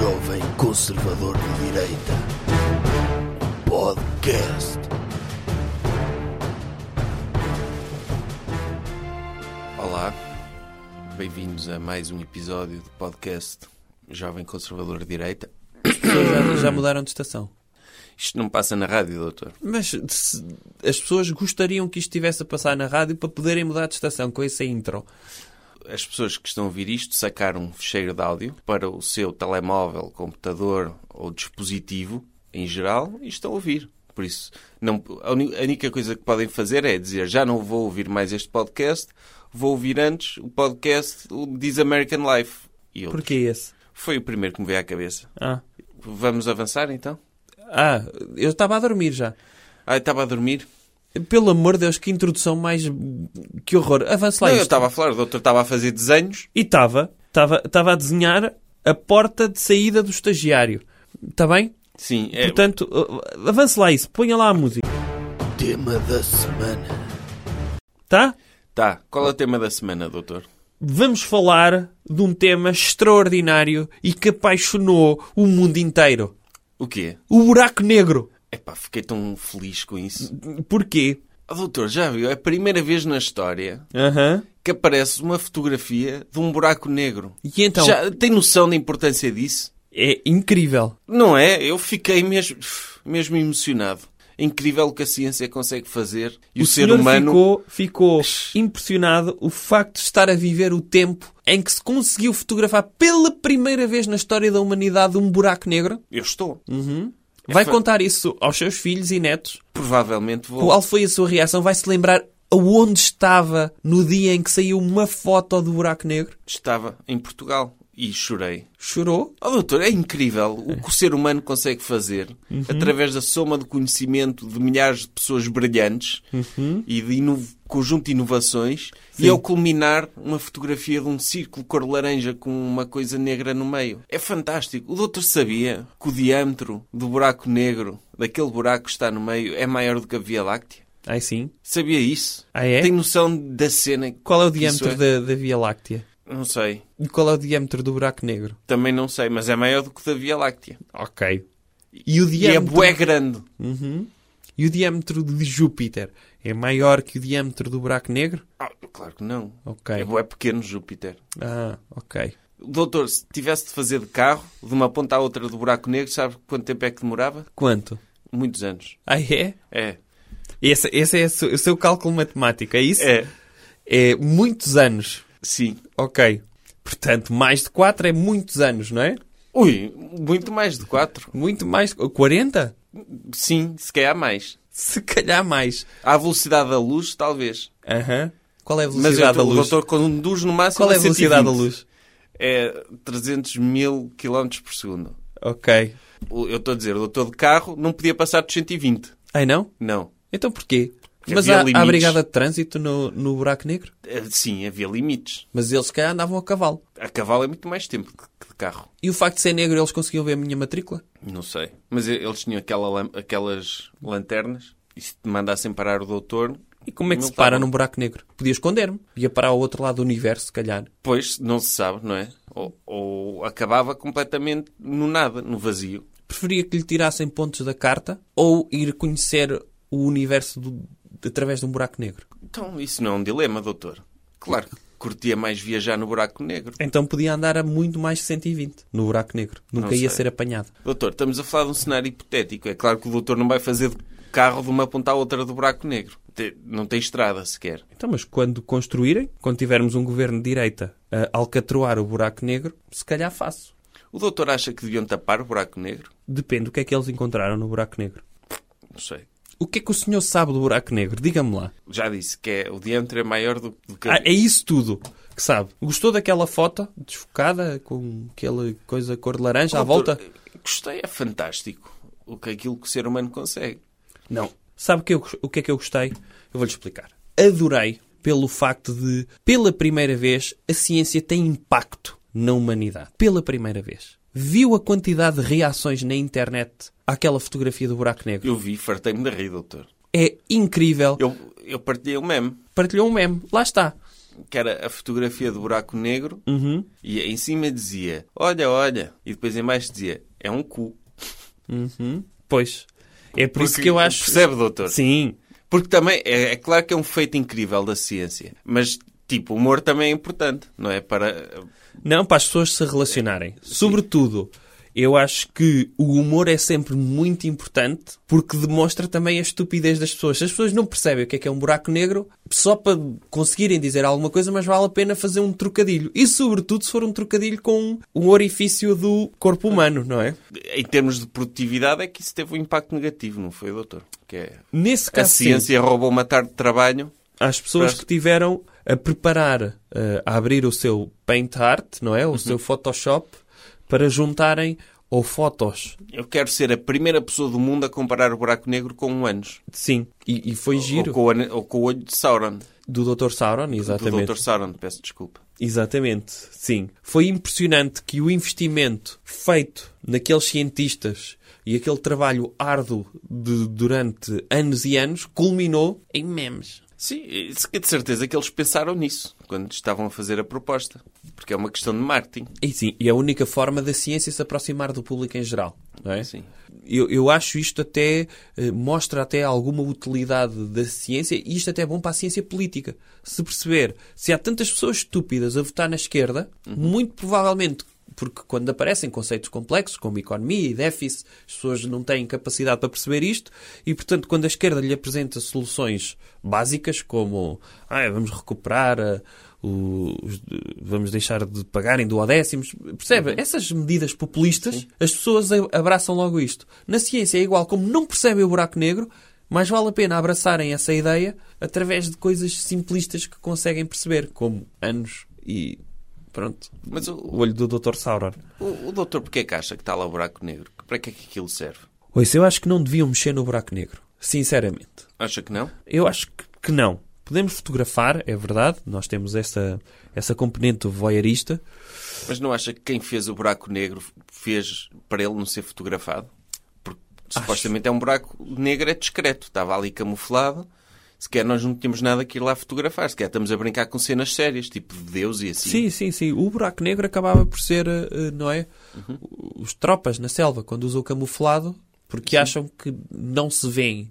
Jovem Conservador de Direita. Podcast. Olá, bem-vindos a mais um episódio do podcast Jovem Conservador de Direita. As pessoas já mudaram de estação. Isto não passa na rádio, doutor. Mas as pessoas gostariam que isto estivesse a passar na rádio para poderem mudar de estação com esse intro. As pessoas que estão a ouvir isto sacaram um fecheiro de áudio para o seu telemóvel, computador ou dispositivo em geral e estão a ouvir. Por isso, a única coisa que podem fazer é dizer: já não vou ouvir mais este podcast, vou ouvir antes o podcast This American Life. E porquê esse? Foi o primeiro que me veio à cabeça. Ah, Vamos avançar então? eu estava a dormir já. Estava a dormir? Pelo amor de Deus, que introdução mais... Que horror. Avance lá Não, isto. eu estava a falar, o doutor estava a fazer desenhos. E estava a desenhar a porta de saída do estagiário. Está bem? Sim. Portanto, avance lá isso. Ponha lá a música. Tema da semana. Tá? Tá. Qual é o tema da semana, doutor? Vamos falar de um tema extraordinário e que apaixonou o mundo inteiro. O quê? O buraco negro. Epá, fiquei tão feliz com isso. Porquê? Doutor, já viu? É a primeira vez na história Aham. que aparece uma fotografia de um buraco negro. E então? Já tem noção da importância disso? É incrível. Não é? Eu fiquei mesmo emocionado. É incrível o que a ciência consegue fazer. E o ser senhor humano... ficou impressionado o facto de estar a viver o tempo em que se conseguiu fotografar pela primeira vez na história da humanidade um buraco negro. Eu estou. Vai contar isso aos seus filhos e netos. Provavelmente vou... Qual foi a sua reação? Vai-se lembrar aonde estava no dia em que saiu uma foto do buraco negro? Estava em Portugal e chorei. Chorou? Doutor, é incrível o que o ser humano consegue fazer através da soma de conhecimento de milhares de pessoas brilhantes e de conjunto de inovações. Sim. E ao culminar uma fotografia de um círculo cor laranja com uma coisa negra no meio. É fantástico. O doutor sabia que o diâmetro do buraco negro, daquele buraco que está no meio, é maior do que a Via Láctea? Ai sim. Sabia isso? Ah é? Tem noção da cena? Qual é o que isso diâmetro da Via Láctea? Não sei. E qual é o diâmetro do buraco negro? Também não sei, mas é maior do que da Via Láctea. Ok. E o E é diâmetro... bué grande. E o diâmetro de Júpiter é maior que o diâmetro do buraco negro? Claro que não. Ok. É pequeno, Júpiter. Ok. Doutor, se tivesse de fazer de carro, de uma ponta à outra do buraco negro, sabe quanto tempo é que demorava? Quanto? Muitos anos. Ah, é? É. Esse é o seu cálculo matemático, é isso? É. É muitos anos. Sim. Ok. Portanto, mais de 4 é muitos anos, não é? Ui, muito mais de 4. Muito mais... 40? Sim, se calhar mais. Se calhar mais. À velocidade da luz, talvez. Aham. Qual é a Mas velocidade da o luz? doutor conduz no máximo Qual é a velocidade da 120. luz? É 300 mil km por segundo. Ok. Eu estou a dizer, o doutor de carro não podia passar dos 120. Ai, não? Não. Então porquê? Porque Mas havia há limites. brigada de trânsito no buraco negro? Sim, havia limites. Mas eles se calhar andavam a cavalo. A cavalo é muito mais tempo que de carro. E o facto de ser negro, eles conseguiam ver a minha matrícula? Não sei. Mas eles tinham aquelas lanternas e se te mandassem parar o doutor... E como é que não se para estavam. num buraco negro? Podia esconder-me. Ia parar ao outro lado do universo, se calhar. Pois, não se sabe, não é? Ou acabava completamente no nada, no vazio. Preferia que lhe tirassem pontos da carta ou ir conhecer o universo através de um buraco negro. Então, isso não é um dilema, doutor. Claro que curtia mais viajar no buraco negro. Então podia andar a muito mais de 120 no buraco negro. Nunca Não ia sei. ser apanhado. Doutor, estamos a falar de um cenário hipotético. É claro que o doutor não vai fazer de carro de uma ponta à outra do buraco negro. Não tem estrada sequer. Então, mas quando construírem, quando tivermos um governo de direita a alcatroar o buraco negro, se calhar faço. O doutor acha que deviam tapar o buraco negro? Depende do que é que eles encontraram no buraco negro. Não sei. O que é que o senhor sabe do buraco negro? Diga-me lá. Já disse que o diâmetro é maior do que... É isso tudo que sabe. Gostou daquela foto desfocada com aquela coisa cor de laranja à Doutor, volta? Gostei, é fantástico. Aquilo que o ser humano consegue. Não. Sabe o que é que eu gostei? Eu vou-lhe explicar. Adorei pelo facto de, pela primeira vez, a ciência tem impacto na humanidade. Pela primeira vez. Viu a quantidade de reações na internet àquela fotografia do buraco negro? Eu vi, fartei-me de rir, doutor. É incrível. Eu partilhei o meme. Partilhou um meme. Lá está. que era a fotografia do buraco negro, e em cima dizia, olha, olha, e depois em baixo dizia, é um cu. Pois. É por isso que eu acho... Percebe, doutor? Sim. Porque também, é claro que é um feito incrível da ciência, mas, tipo, o humor também é importante, não é? Não, para as pessoas se relacionarem. Sobretudo, eu acho que o humor é sempre muito importante porque demonstra também a estupidez das pessoas. Se as pessoas não percebem o que é um buraco negro, só para conseguirem dizer alguma coisa, mas vale a pena fazer um trocadilho. E, sobretudo, se for um trocadilho com um orifício do corpo humano, não é? Em termos de produtividade, é que isso teve um impacto negativo, não foi, doutor? Que é... Nesse caso, a ciência roubou uma tarde de trabalho. Às pessoas que tiveram a preparar, a abrir o seu Paint Art, não é? O seu Photoshop, para juntarem ou fotos. Eu quero ser a primeira pessoa do mundo a comparar o buraco negro com um ânus. Sim, e foi giro. Ou com o olho de Sauron. Do Dr. Sauron, exatamente. Do Dr. Sauron, peço desculpa. Exatamente, sim. Foi impressionante que o investimento feito naqueles cientistas e aquele trabalho árduo durante anos e anos culminou em memes. Sim, de certeza que eles pensaram nisso quando estavam a fazer a proposta. Porque é uma questão de marketing. E sim, e é a única forma da ciência se aproximar do público em geral, não é? Sim. Eu acho isto até, mostra até alguma utilidade da ciência e isto até é bom para a ciência política. Se perceber, se há tantas pessoas estúpidas a votar na esquerda, muito provavelmente, porque quando aparecem conceitos complexos, como economia e déficit, as pessoas não têm capacidade para perceber isto e, portanto, quando a esquerda lhe apresenta soluções básicas, como vamos recuperar, vamos deixar de pagar em duodécimos, percebe? Essas medidas populistas, sim, as pessoas abraçam logo isto. Na ciência é igual, como não percebem o buraco negro, mais vale a pena abraçarem essa ideia através de coisas simplistas que conseguem perceber, como anos e... Pronto. Mas o olho do Dr. Sauron. O doutor porquê é que acha que está lá o buraco negro? Para que é que aquilo serve? Pois, eu acho que não deviam mexer no buraco negro. Sinceramente. Acha que não? Eu acho que não. Podemos fotografar, é verdade. Nós temos essa componente voyeurista. Mas não acha que quem fez o buraco negro fez para ele não ser fotografado? Porque supostamente é um buraco negro, é discreto. Estava ali camuflado. Sequer nós não tínhamos nada que ir lá fotografar. Sequer estamos a brincar com cenas sérias, tipo de Deus e assim. Sim. O buraco negro acabava por ser, não é? Os tropas na selva, quando usam camuflado, porque acham que não se vêem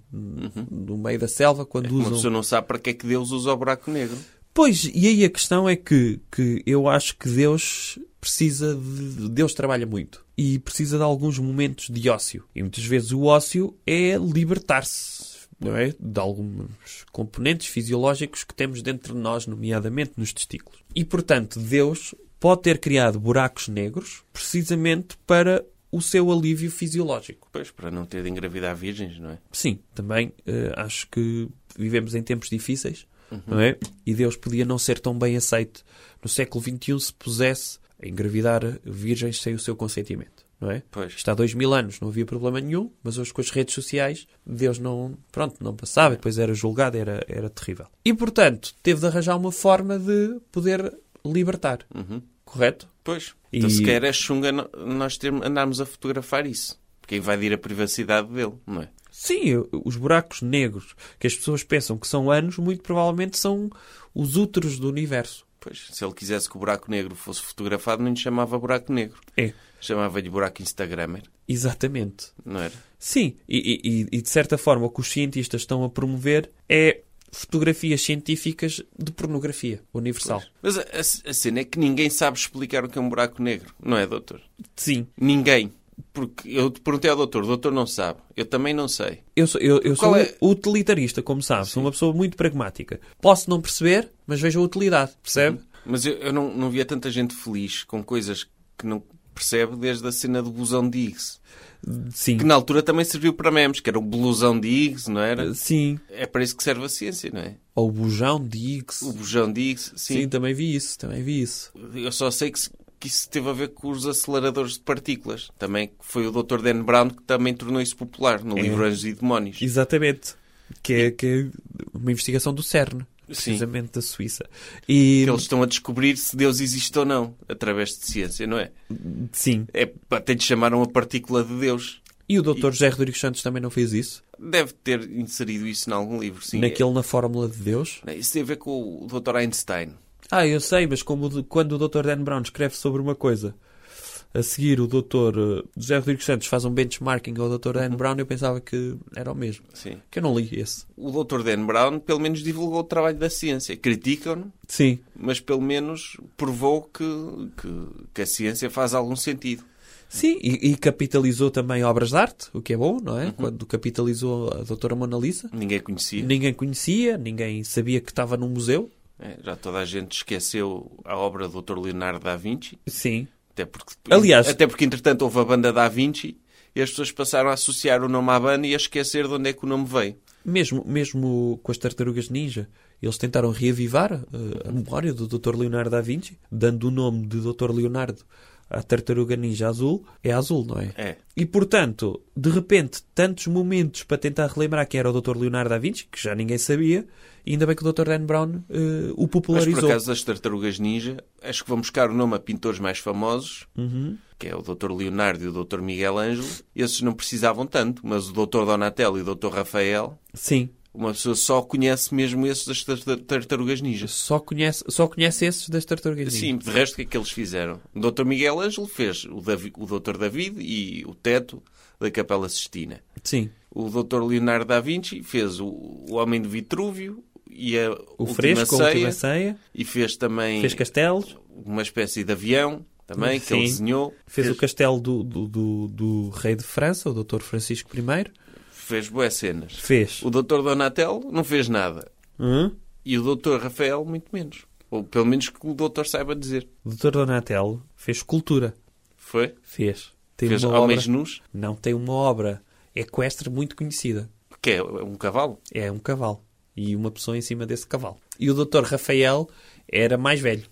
no meio da selva quando usam... Uma pessoa não sabe para que é que Deus usa o buraco negro. Pois, e aí a questão é que eu acho que Deus precisa de... Deus trabalha muito. E precisa de alguns momentos de ócio. E muitas vezes o ócio é libertar-se, não é? De alguns componentes fisiológicos que temos dentro de nós, nomeadamente nos testículos. E, portanto, Deus pode ter criado buracos negros precisamente para o seu alívio fisiológico. Pois, para não ter de engravidar virgens, não é? Sim, também acho que vivemos em tempos difíceis, não é? E Deus podia não ser tão bem aceito no século XXI se pusesse a engravidar virgens sem o seu consentimento. Não é? Pois. Isto há 2000 anos não havia problema nenhum, mas hoje com as redes sociais Deus não passava, depois era julgado, era terrível. E, portanto, teve de arranjar uma forma de poder libertar. Correto? Pois. Então, sequer é chunga nós andarmos a fotografar isso. Porque invadir a privacidade dele, não é? Sim, os buracos negros que as pessoas pensam que são anos, muito provavelmente são os úteros do universo. Pois, se ele quisesse que o buraco negro fosse fotografado, não lhe chamava buraco negro. É. Chamava-lhe buraco Instagramer. Exatamente. Não era? Sim, e de certa forma o que os cientistas estão a promover é fotografias científicas de pornografia universal. Pois. Mas a cena é que ninguém sabe explicar o que é um buraco negro, não é, doutor? Sim. Ninguém. Porque eu perguntei ao doutor, o doutor não sabe. Eu também não sei. Eu sou utilitarista, como sabe. Sou uma pessoa muito pragmática. Posso não perceber, mas vejo a utilidade. Percebe? Mas eu não via tanta gente feliz com coisas que não percebe, desde a cena do blusão de Higgs. Sim. Que na altura também serviu para memes, que era o blusão de Higgs, não era? Sim. É para isso que serve a ciência, não é? Ou o bujão de Higgs. O bujão de Higgs, sim. Sim, também vi isso. Eu só sei que isso teve a ver com os aceleradores de partículas. Também foi o Dr. Dan Brown que também tornou isso popular no livro Anjos e Demónios. Exatamente. Que é uma investigação do CERN. Precisamente. Sim. Da Suíça. E eles estão a descobrir se Deus existe ou não, através de ciência, não é? Sim. Até lhe chamaram a partícula de Deus. E o Dr. José Rodrigues Santos também não fez isso? Deve ter inserido isso em algum livro, sim. Na Fórmula de Deus? Isso tem a ver com o Dr. Einstein. Eu sei, mas quando o Dr. Dan Brown escreve sobre uma coisa, a seguir o Dr. José Rodrigues Santos faz um benchmarking ao Dr. Dan Brown, eu pensava que era o mesmo. Sim. Que eu não li esse. O Dr. Dan Brown, pelo menos, divulgou o trabalho da ciência. Criticam-no, Sim. mas pelo menos provou que a ciência faz algum sentido. Sim, e capitalizou também obras de arte, o que é bom, não é? Quando capitalizou a Doutora Mona Lisa. Ninguém conhecia. Ninguém conhecia, ninguém sabia que estava num museu. Já toda a gente esqueceu a obra do Dr. Leonardo da Vinci. Sim. Aliás, até porque, entretanto, houve a banda da Vinci e as pessoas passaram a associar o nome à banda e a esquecer de onde é que o nome veio. Mesmo com as Tartarugas Ninja, eles tentaram reavivar a memória do Dr. Leonardo da Vinci, dando o nome de Dr. Leonardo à Tartaruga Ninja azul. É azul, não é? É. E, portanto, de repente, tantos momentos para tentar relembrar quem era o Dr. Leonardo da Vinci, que já ninguém sabia, e ainda bem que o Dr. Dan Brown o popularizou. Mas, por acaso, das Tartarugas Ninja, acho que vão buscar o nome a pintores mais famosos, que é o Dr. Leonardo e o Dr. Miguel Ângelo. Esses não precisavam tanto, mas o Dr. Donatello e o Dr. Rafael... Sim. Uma pessoa só conhece mesmo esses das Tartarugas Ninja. Só conhece esses das Tartarugas Ninja. Sim, de resto, o que é que eles fizeram? O Dr. Miguel Ângelo fez o Dr. David e o teto da Capela Sistina. Sim. O Dr. Leonardo da Vinci fez o Homem de Vitrúvio e o fresco, a Última Ceia. E fez também... Fez castelos. Uma espécie de avião também, que ele desenhou. Fez o castelo do rei de França, o Dr. Francisco I. Fez boas cenas. Fez. O Dr. Donatello não fez nada. E o Dr. Rafael, muito menos. Ou pelo menos que o doutor saiba dizer. O Dr. Donatello fez escultura. Foi? Fez Homens nus? Não, tem uma obra equestre muito conhecida. Que é um cavalo? É um cavalo. E uma pessoa em cima desse cavalo. E o Dr. Rafael era mais velho.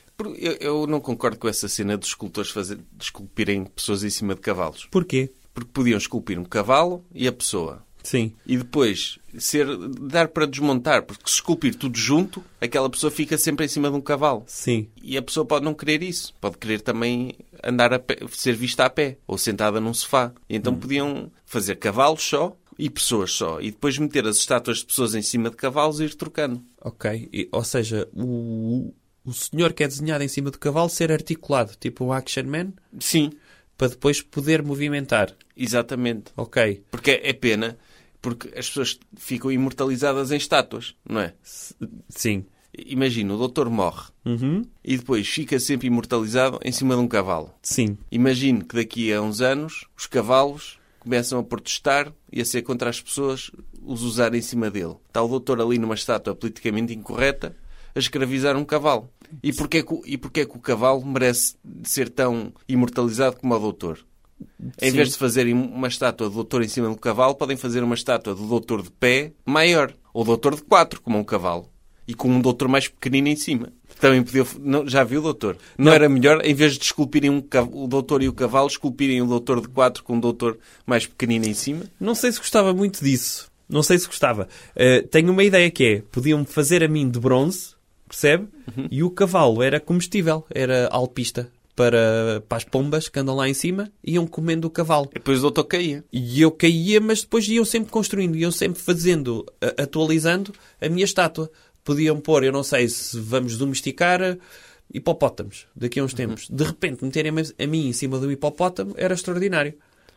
Eu não concordo com essa cena dos escultores esculpirem pessoas em cima de cavalos. Porquê? Porque podiam esculpir um cavalo e a pessoa. Sim. E depois dar para desmontar. Porque se esculpir tudo junto, aquela pessoa fica sempre em cima de um cavalo. Sim. E a pessoa pode não querer isso. Pode querer também andar a pé, ser vista a pé. Ou sentada num sofá. E então podiam fazer cavalos só e pessoas só. E depois meter as estátuas de pessoas em cima de cavalos e ir trocando. Ok. Ou seja, o senhor que é desenhado em cima do cavalo ser articulado. Tipo um action man? Sim. Para depois poder movimentar. Exatamente. Ok. Porque é pena, porque as pessoas ficam imortalizadas em estátuas, não é? Sim. Imagina, o doutor morre e depois fica sempre imortalizado em cima de um cavalo. Sim. Imagine que daqui a uns anos os cavalos começam a protestar e a ser contra as pessoas os usarem em cima dele. Está o doutor ali numa estátua politicamente incorreta a escravizar um cavalo. E porquê que o cavalo merece ser tão imortalizado como o doutor? Em vez de fazerem uma estátua do doutor em cima do cavalo, podem fazer uma estátua do doutor de pé maior. Ou doutor de 4, como um cavalo. E com um doutor mais pequenino em cima. Também podia... já viu o doutor? Não era melhor, em vez de esculpirem o doutor e o cavalo, esculpirem o doutor de 4 com um doutor mais pequenino em cima? Não sei se gostava muito disso. Não sei se gostava. Tenho uma ideia que é, podiam fazer a mim de bronze, percebe? E o cavalo era comestível, era alpista. Para as pombas que andam lá em cima, iam comendo o cavalo. E depois o doutor caía. E eu caía, mas depois iam sempre construindo, iam sempre fazendo, atualizando a minha estátua. Podiam pôr, eu não sei se vamos domesticar hipopótamos daqui a uns tempos. De repente, meterem a mim em cima do hipopótamo era extraordinário.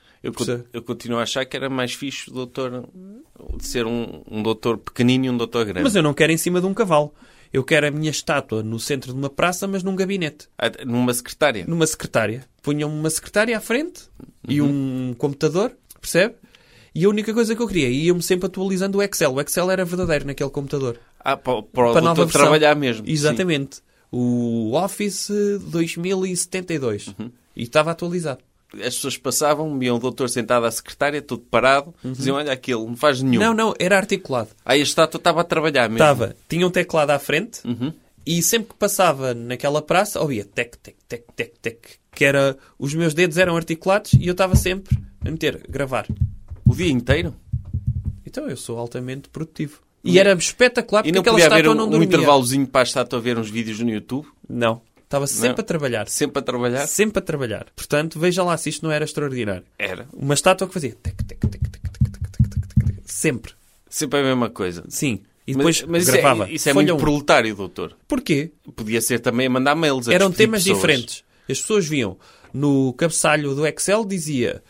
Eu continuo a achar que era mais fixe o doutor de ser um doutor pequenino e um doutor grande. Mas eu não quero em cima de um cavalo. Eu quero a minha estátua no centro de uma praça, mas num gabinete. Numa secretária? Numa secretária. Punham uma secretária à frente e um computador, percebe? E a única coisa que eu queria, iam-me sempre atualizando o Excel. O Excel era verdadeiro naquele computador. Para o doutor trabalhar mesmo. Exatamente. Sim. O Office 2072. E estava atualizado. As pessoas passavam, viam o doutor sentado à secretária, todo parado, diziam, olha, aquele não faz nenhum. Não, era articulado. Aí a estátua estava a trabalhar mesmo. Estava. Tinha um teclado à frente e sempre que passava naquela praça, ouvia tec, tec, tec, tec, tec, que era, os meus dedos eram articulados e eu estava sempre a gravar. O dia inteiro? Então eu sou altamente produtivo. E era espetacular, porque aquela estátua não dormia. Um intervalozinho para a estátua ver uns vídeos no YouTube? Não. Estava sempre a trabalhar. Sempre a trabalhar? Sempre a trabalhar. Portanto, veja lá se isto não era extraordinário. Era. Uma estátua que fazia tec, tec, tec, tec, tec, tec, tec, tec, tec, tec. Sempre. Sempre a mesma coisa. Sim. E depois mas gravava. Isso é Folha muito 1. proletário, doutor. Porquê? Podia ser também a mandar mails a Eram despedir temas pessoas. diferentes. As pessoas viam no cabeçalho do Excel, dizia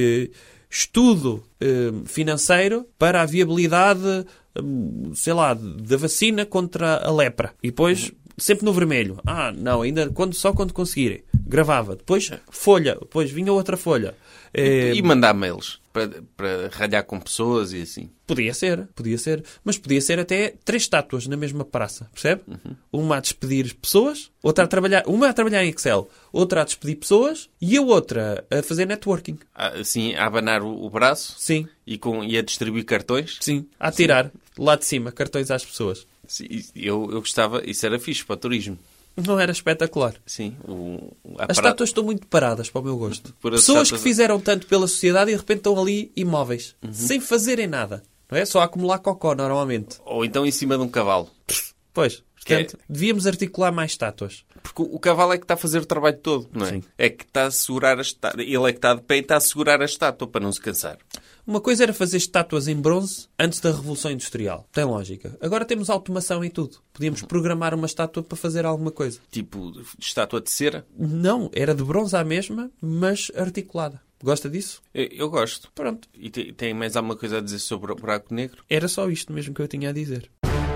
estudo financeiro para a viabilidade, sei lá, da vacina contra a lepra. E depois, sempre no vermelho. Não, ainda só quando conseguirem. Gravava. Depois, folha. Depois vinha outra folha. E mandar mails para ralhar com pessoas e assim. Podia ser. Mas podia ser até 3 estátuas na mesma praça, percebe? Uma a despedir pessoas, outra a trabalhar, uma a trabalhar em Excel, outra a despedir pessoas e a outra a fazer networking. Assim, a abanar o braço. Sim. E a distribuir cartões. Sim. A tirar, lá de cima, cartões às pessoas. Sim, eu gostava, isso era fixe para o turismo. Não era espetacular. Sim. As estátuas estão muito paradas, para o meu gosto. Por as Pessoas estátuas- que fizeram tanto pela sociedade e de repente estão ali imóveis, sem fazerem nada. Não é? Só a acumular cocó, normalmente. Ou então em cima de um cavalo. Pois, portanto, devíamos articular mais estátuas. Porque o cavalo é que está a fazer o trabalho todo, não é? Sim. É que está a segurar a estátua. Ele é que está de pé e está a segurar a estátua para não se cansar. Uma coisa era fazer estátuas em bronze antes da Revolução Industrial. Tem lógica. Agora temos automação em tudo. Podíamos programar uma estátua para fazer alguma coisa. Tipo, estátua de cera. Não, era de bronze à mesma, mas articulada. Gosta disso? Eu gosto. Pronto. E tem mais alguma coisa a dizer sobre o buraco negro? Era só isto mesmo que eu tinha a dizer.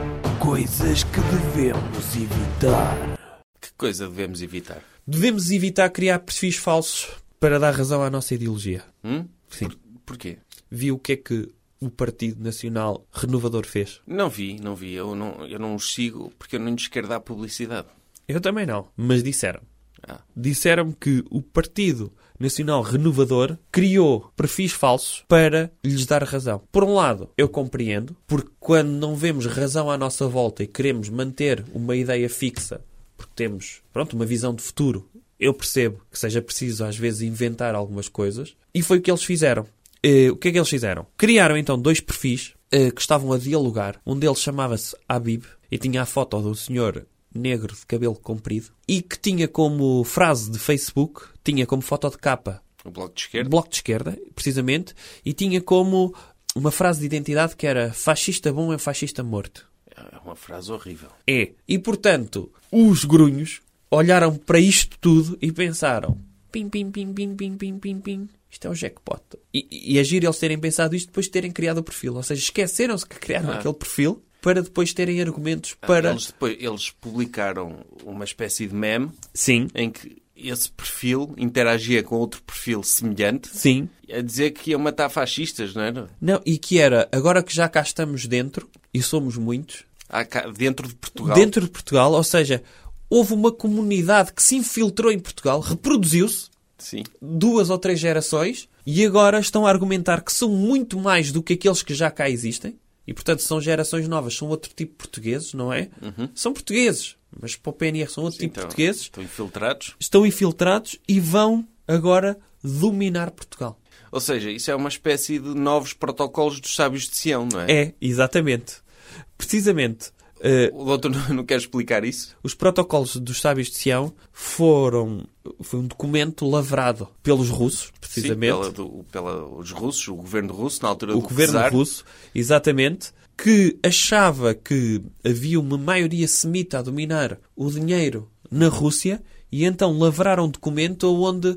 Coisas que devemos evitar. Que coisa devemos evitar? Devemos evitar criar perfis falsos para dar razão à nossa ideologia. Sim. Porquê? Viu o que é que o Partido Nacional Renovador fez? Não vi. Eu não os sigo porque eu não lhes quero dar publicidade. Eu também não, mas disseram. Ah. Disseram-me que o Partido Nacional Renovador criou perfis falsos para lhes dar razão. Por um lado, eu compreendo, porque quando não vemos razão à nossa volta e queremos manter uma ideia fixa, porque temos, uma visão de futuro, eu percebo que seja preciso às vezes inventar algumas coisas, e foi o que eles fizeram. O que é que eles fizeram? Criaram então 2 perfis que estavam a dialogar. Um deles chamava-se Habib e tinha a foto do senhor negro de cabelo comprido e que tinha como frase de Facebook, tinha como foto de capa O Bloco de Esquerda? Bloco de Esquerda, precisamente, e tinha como uma frase de identidade que era fascista bom é fascista morto. É uma frase horrível. É. E, portanto, os grunhos olharam para isto tudo e pensaram pim, pim, pim, pim, pim, pim, pim, pim. Isto é o jackpot. E agir eles terem pensado isto depois de terem criado o perfil. Ou seja, esqueceram-se que criaram aquele perfil para depois terem argumentos para... Eles publicaram uma espécie de meme Sim, em que esse perfil interagia com outro perfil semelhante sim. a dizer que iam matar fascistas, não era? Não, e que era, agora que já cá estamos dentro, e somos muitos, Dentro de Portugal. dentro de Portugal, ou seja, houve uma comunidade que se infiltrou em Portugal, reproduziu-se, Sim. 2 ou 3 gerações, e agora estão a argumentar que são muito mais do que aqueles que já cá existem. E, portanto, são gerações novas, são outro tipo de portugueses, não é? São portugueses, mas para o PNR são outro tipo de portugueses. Estão infiltrados. Estão infiltrados e vão agora dominar Portugal. Ou seja, isso é uma espécie de novos protocolos dos sábios de Sião, não é? É, exatamente. Precisamente. O doutor não quer explicar isso? Os protocolos dos sábios de Sião foi um documento lavrado pelos russos, precisamente. Sim, os russos, o governo russo, na altura O do governo czar. russo, exatamente, que achava que havia uma maioria semita a dominar o dinheiro na Rússia e então lavraram um documento onde...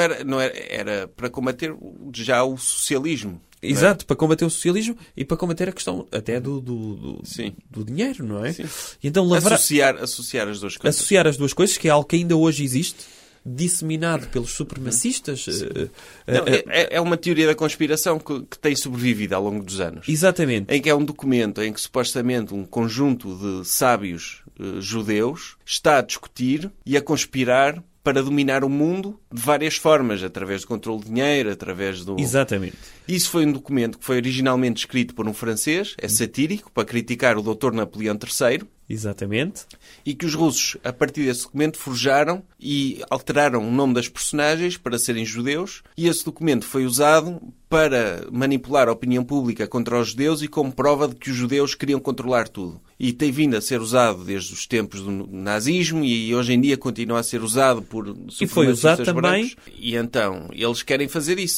Era para combater já o socialismo. Exato, para combater o socialismo e para combater a questão até do dinheiro, não é? Sim. E então Associar as duas coisas. associar as duas coisas, que é algo que ainda hoje existe, disseminado pelos supremacistas. Não, é uma teoria da conspiração que tem sobrevivido ao longo dos anos. Exatamente. Em que é um documento em que supostamente um conjunto de sábios judeus está a discutir e a conspirar para dominar o mundo de várias formas, através do controle de dinheiro, através do... Exatamente. Isso foi um documento que foi originalmente escrito por um francês, é satírico, para criticar o Dr. Napoleão III, Exatamente. e que os russos, a partir desse documento, forjaram e alteraram o nome das personagens para serem judeus, e esse documento foi usado para manipular a opinião pública contra os judeus e como prova de que os judeus queriam controlar tudo. E tem vindo a ser usado desde os tempos do nazismo e hoje em dia continua a ser usado por E foi usado supremacistas também... brancos. E então, eles querem fazer isso.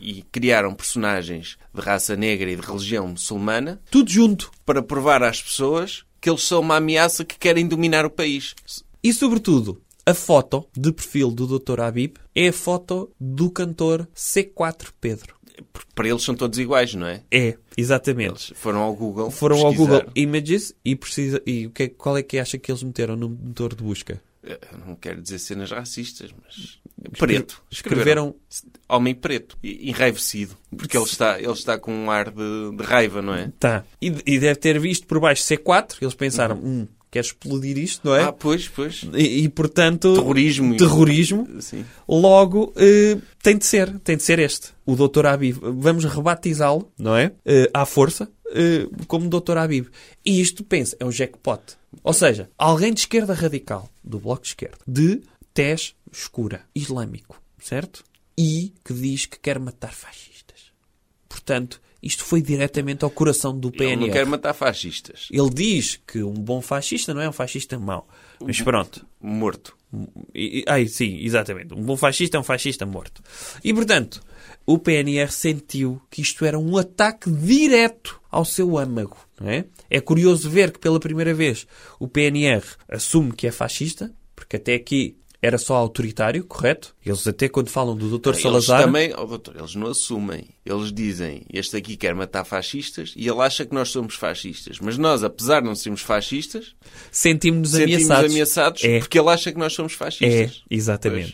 e criaram personagens de raça negra e de religião muçulmana Tudo junto. para provar às pessoas que eles são uma ameaça que querem dominar o país. E, sobretudo, a foto de perfil do Dr. Habib é a foto do cantor C4 Pedro. Porque para eles são todos iguais, não é? É, exatamente. Eles foram ao Google Foram ao pesquisar. Google Images e, qual é que acha que eles meteram no motor de busca? Eu não quero dizer cenas racistas, mas... Preto. Escreveram... Homem preto. Enraivecido. Porque ele está com um ar de raiva, não é? Tá. E deve ter visto por baixo C4. Eles pensaram, quer explodir isto, não é? Ah, pois. E, portanto... Terrorismo. Sim. Logo, tem de ser este. O Dr. Habib. Vamos rebatizá-lo, não é? À força, como Dr. Habib. E isto, pensa, é um jackpot. Ou seja, alguém de esquerda radical, do Bloco de Esquerda, de tez escura, islâmico, certo? E que diz que quer matar fascistas. Portanto, isto foi diretamente ao coração do PNR. Ele não quer matar fascistas. Ele diz que um bom fascista não é um fascista mau. Mas pronto. Morto. Sim, exatamente. Um bom fascista é um fascista morto. E, portanto, o PNR sentiu que isto era um ataque direto ao seu âmago. Não é? É curioso ver que, pela primeira vez, o PNR assume que é fascista, porque até aqui era só autoritário, correto? Eles até quando falam do Dr. Salazar... Doutor, eles não assumem. Eles dizem, este aqui quer matar fascistas e ele acha que nós somos fascistas. Mas nós, apesar de não sermos fascistas, sentimos-nos ameaçados porque ele acha que nós somos fascistas. É, exatamente.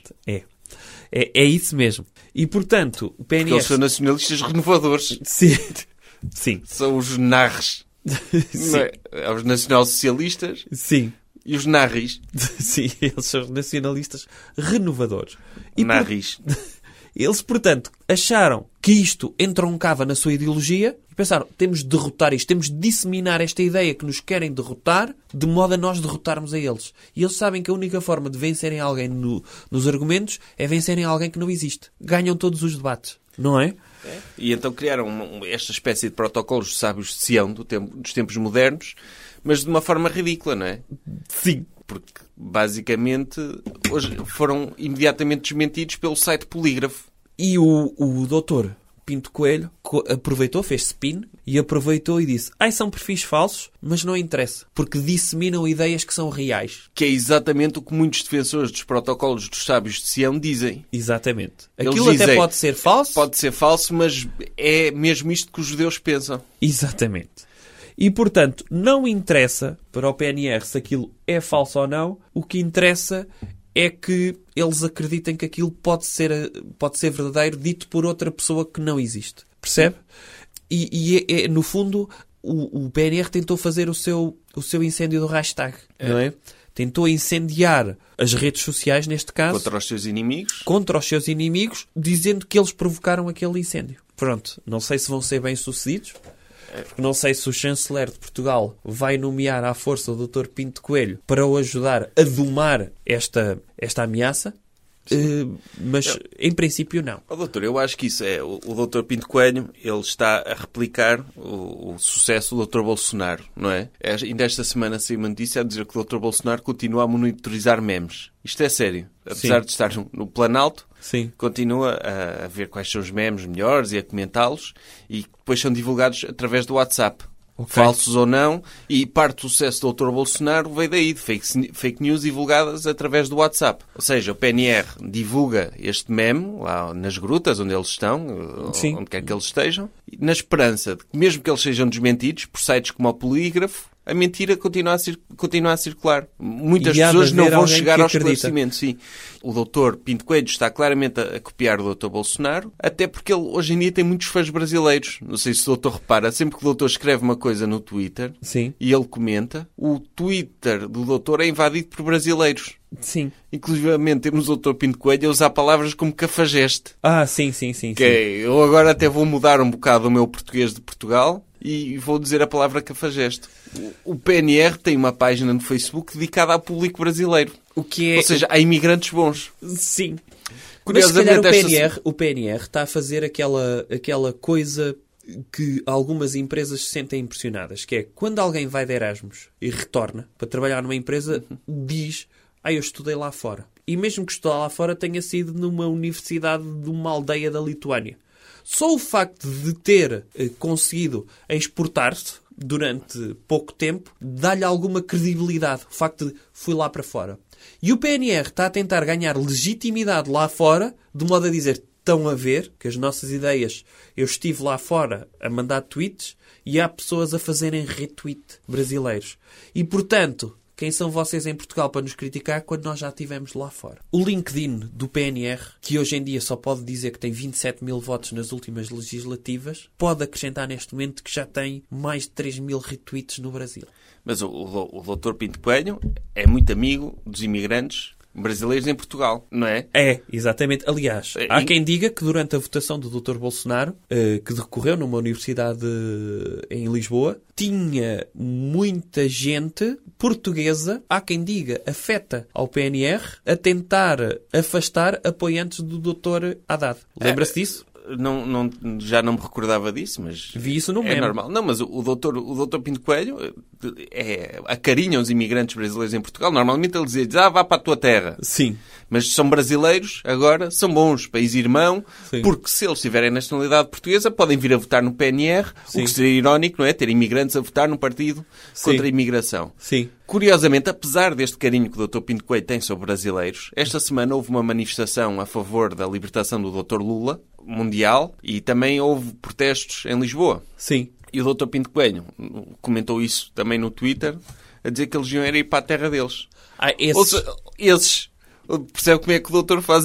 É isso mesmo. E, portanto, o PNR... Porque eles são nacionalistas renovadores. Sim. Sim. São os narres. Não é? Os nacional-socialistas. Sim. E os narris. Sim, eles são os nacionalistas renovadores. E narris. Eles, portanto, acharam que isto entroncava na sua ideologia e pensaram, temos de derrotar isto, temos de disseminar esta ideia que nos querem derrotar, de modo a nós derrotarmos a eles. E eles sabem que a única forma de vencerem alguém nos argumentos é vencerem alguém que não existe. Ganham todos os debates, não é? E então criaram esta espécie de protocolos de sábios de Sião dos tempos modernos, mas de uma forma ridícula, não é? Sim. Porque, basicamente, hoje foram imediatamente desmentidos pelo site Polígrafo. E o doutor Pinto Coelho aproveitou, fez spin, e aproveitou e disse, são perfis falsos, mas não interessa, porque disseminam ideias que são reais. Que é exatamente o que muitos defensores dos protocolos dos sábios de Sião dizem. Exatamente. Eles Aquilo dizem, até pode ser falso. Pode ser falso, mas é mesmo isto que os judeus pensam. Exatamente. E, portanto, não interessa para o PNR se aquilo é falso ou não. O que interessa é que eles acreditem que aquilo pode ser verdadeiro, dito por outra pessoa que não existe. Percebe? E no fundo, o PNR tentou fazer o seu incêndio do hashtag. Não é? Tentou incendiar as redes sociais, neste caso. Contra os seus inimigos. Contra os seus inimigos, dizendo que eles provocaram aquele incêndio. Pronto. Não sei se vão ser bem-sucedidos. Porque não sei se o chanceler de Portugal vai nomear à força o Dr. Pinto Coelho para o ajudar a domar esta ameaça. Mas, em princípio, não. Doutor, eu acho que isso é... O Dr. Pinto Coelho, ele está a replicar o sucesso do Dr. Bolsonaro, não é? Ainda esta semana saiu uma notícia a dizer que o Dr. Bolsonaro continua a monitorizar memes. Isto é sério. Apesar de estar no Planalto, sim, continua a ver quais são os memes melhores e a comentá-los, e depois são divulgados através do WhatsApp. Okay. Falsos ou não, e parte do sucesso do Dr. Bolsonaro veio daí, de fake news divulgadas através do WhatsApp. Ou seja, o PNR divulga este meme lá nas grutas onde eles estão, sim, onde quer que eles estejam, na esperança de que, mesmo que eles sejam desmentidos por sites como o Polígrafo, a mentira continua a circular. Muitas pessoas não vão chegar ao esclarecimento. Sim. O Dr. Pinto Coelho está claramente a copiar o Dr. Bolsonaro, até porque ele hoje em dia tem muitos fãs sempre Não sei se o doutor repara, sempre que o doutor escreve uma coisa no Twitter, sim, e ele comenta, o Twitter do doutor é invadido por brasileiros. Sim. Inclusivamente temos o Dr. Pinto Coelho a usar palavras como cafajeste. Sim. Eu agora até vou mudar um bocado o meu português de Portugal e vou dizer a palavra cafajeste. O PNR tem uma página no Facebook dedicada ao público brasileiro. O que é... Ou seja, há imigrantes bons. Sim. Mas se calhar o PNR está a fazer aquela coisa que algumas empresas se sentem impressionadas, que é quando alguém vai de Erasmus e retorna para trabalhar numa empresa, diz, eu estudei lá fora. E mesmo que estudar lá fora tenha sido numa universidade de uma aldeia da Lituânia. Só o facto de ter conseguido exportar-se durante pouco tempo dá-lhe alguma credibilidade. O facto de fui lá para fora. E o PNR está a tentar ganhar legitimidade lá fora, de modo a dizer, estão a ver que as nossas ideias, eu estive lá fora a mandar tweets e há pessoas a fazerem retweet brasileiros. E, portanto, quem são vocês em Portugal para nos criticar quando nós já estivemos lá fora? O LinkedIn do PNR, que hoje em dia só pode dizer que tem 27 mil votos nas últimas legislativas, pode acrescentar neste momento que já tem mais de 3 mil retweets no Brasil. Mas o Dr. Pinto Coelho é muito amigo dos imigrantes brasileiros em Portugal, não é? É, exatamente. Aliás, há quem diga que durante a votação do Dr. Bolsonaro, que decorreu numa universidade em Lisboa, tinha muita gente portuguesa, há quem diga, afeta ao PNR, a tentar afastar apoiantes do Dr. Haddad. Lembra-se disso? Já não me recordava disso, mas Vi isso no é meme. normal. Não, mas o doutor Pinto Coelho acarinha os imigrantes brasileiros em Portugal. Normalmente ele diz, vá para a tua terra. Sim. Mas são brasileiros, agora são bons, país irmão, Sim. porque se eles tiverem nacionalidade portuguesa, podem vir a votar no PNR, Sim. o que seria irónico, não é? Ter imigrantes a votar num partido Sim. contra a imigração. Sim. Curiosamente, apesar deste carinho que o Dr. Pinto Coelho tem sobre brasileiros, esta semana houve uma manifestação a favor da libertação do Dr. Lula, mundial, e também houve protestos em Lisboa. Sim. E o Dr. Pinto Coelho comentou isso também no Twitter, a dizer que eles iam ir para a terra deles. Ou seja, esses... Percebe como é que o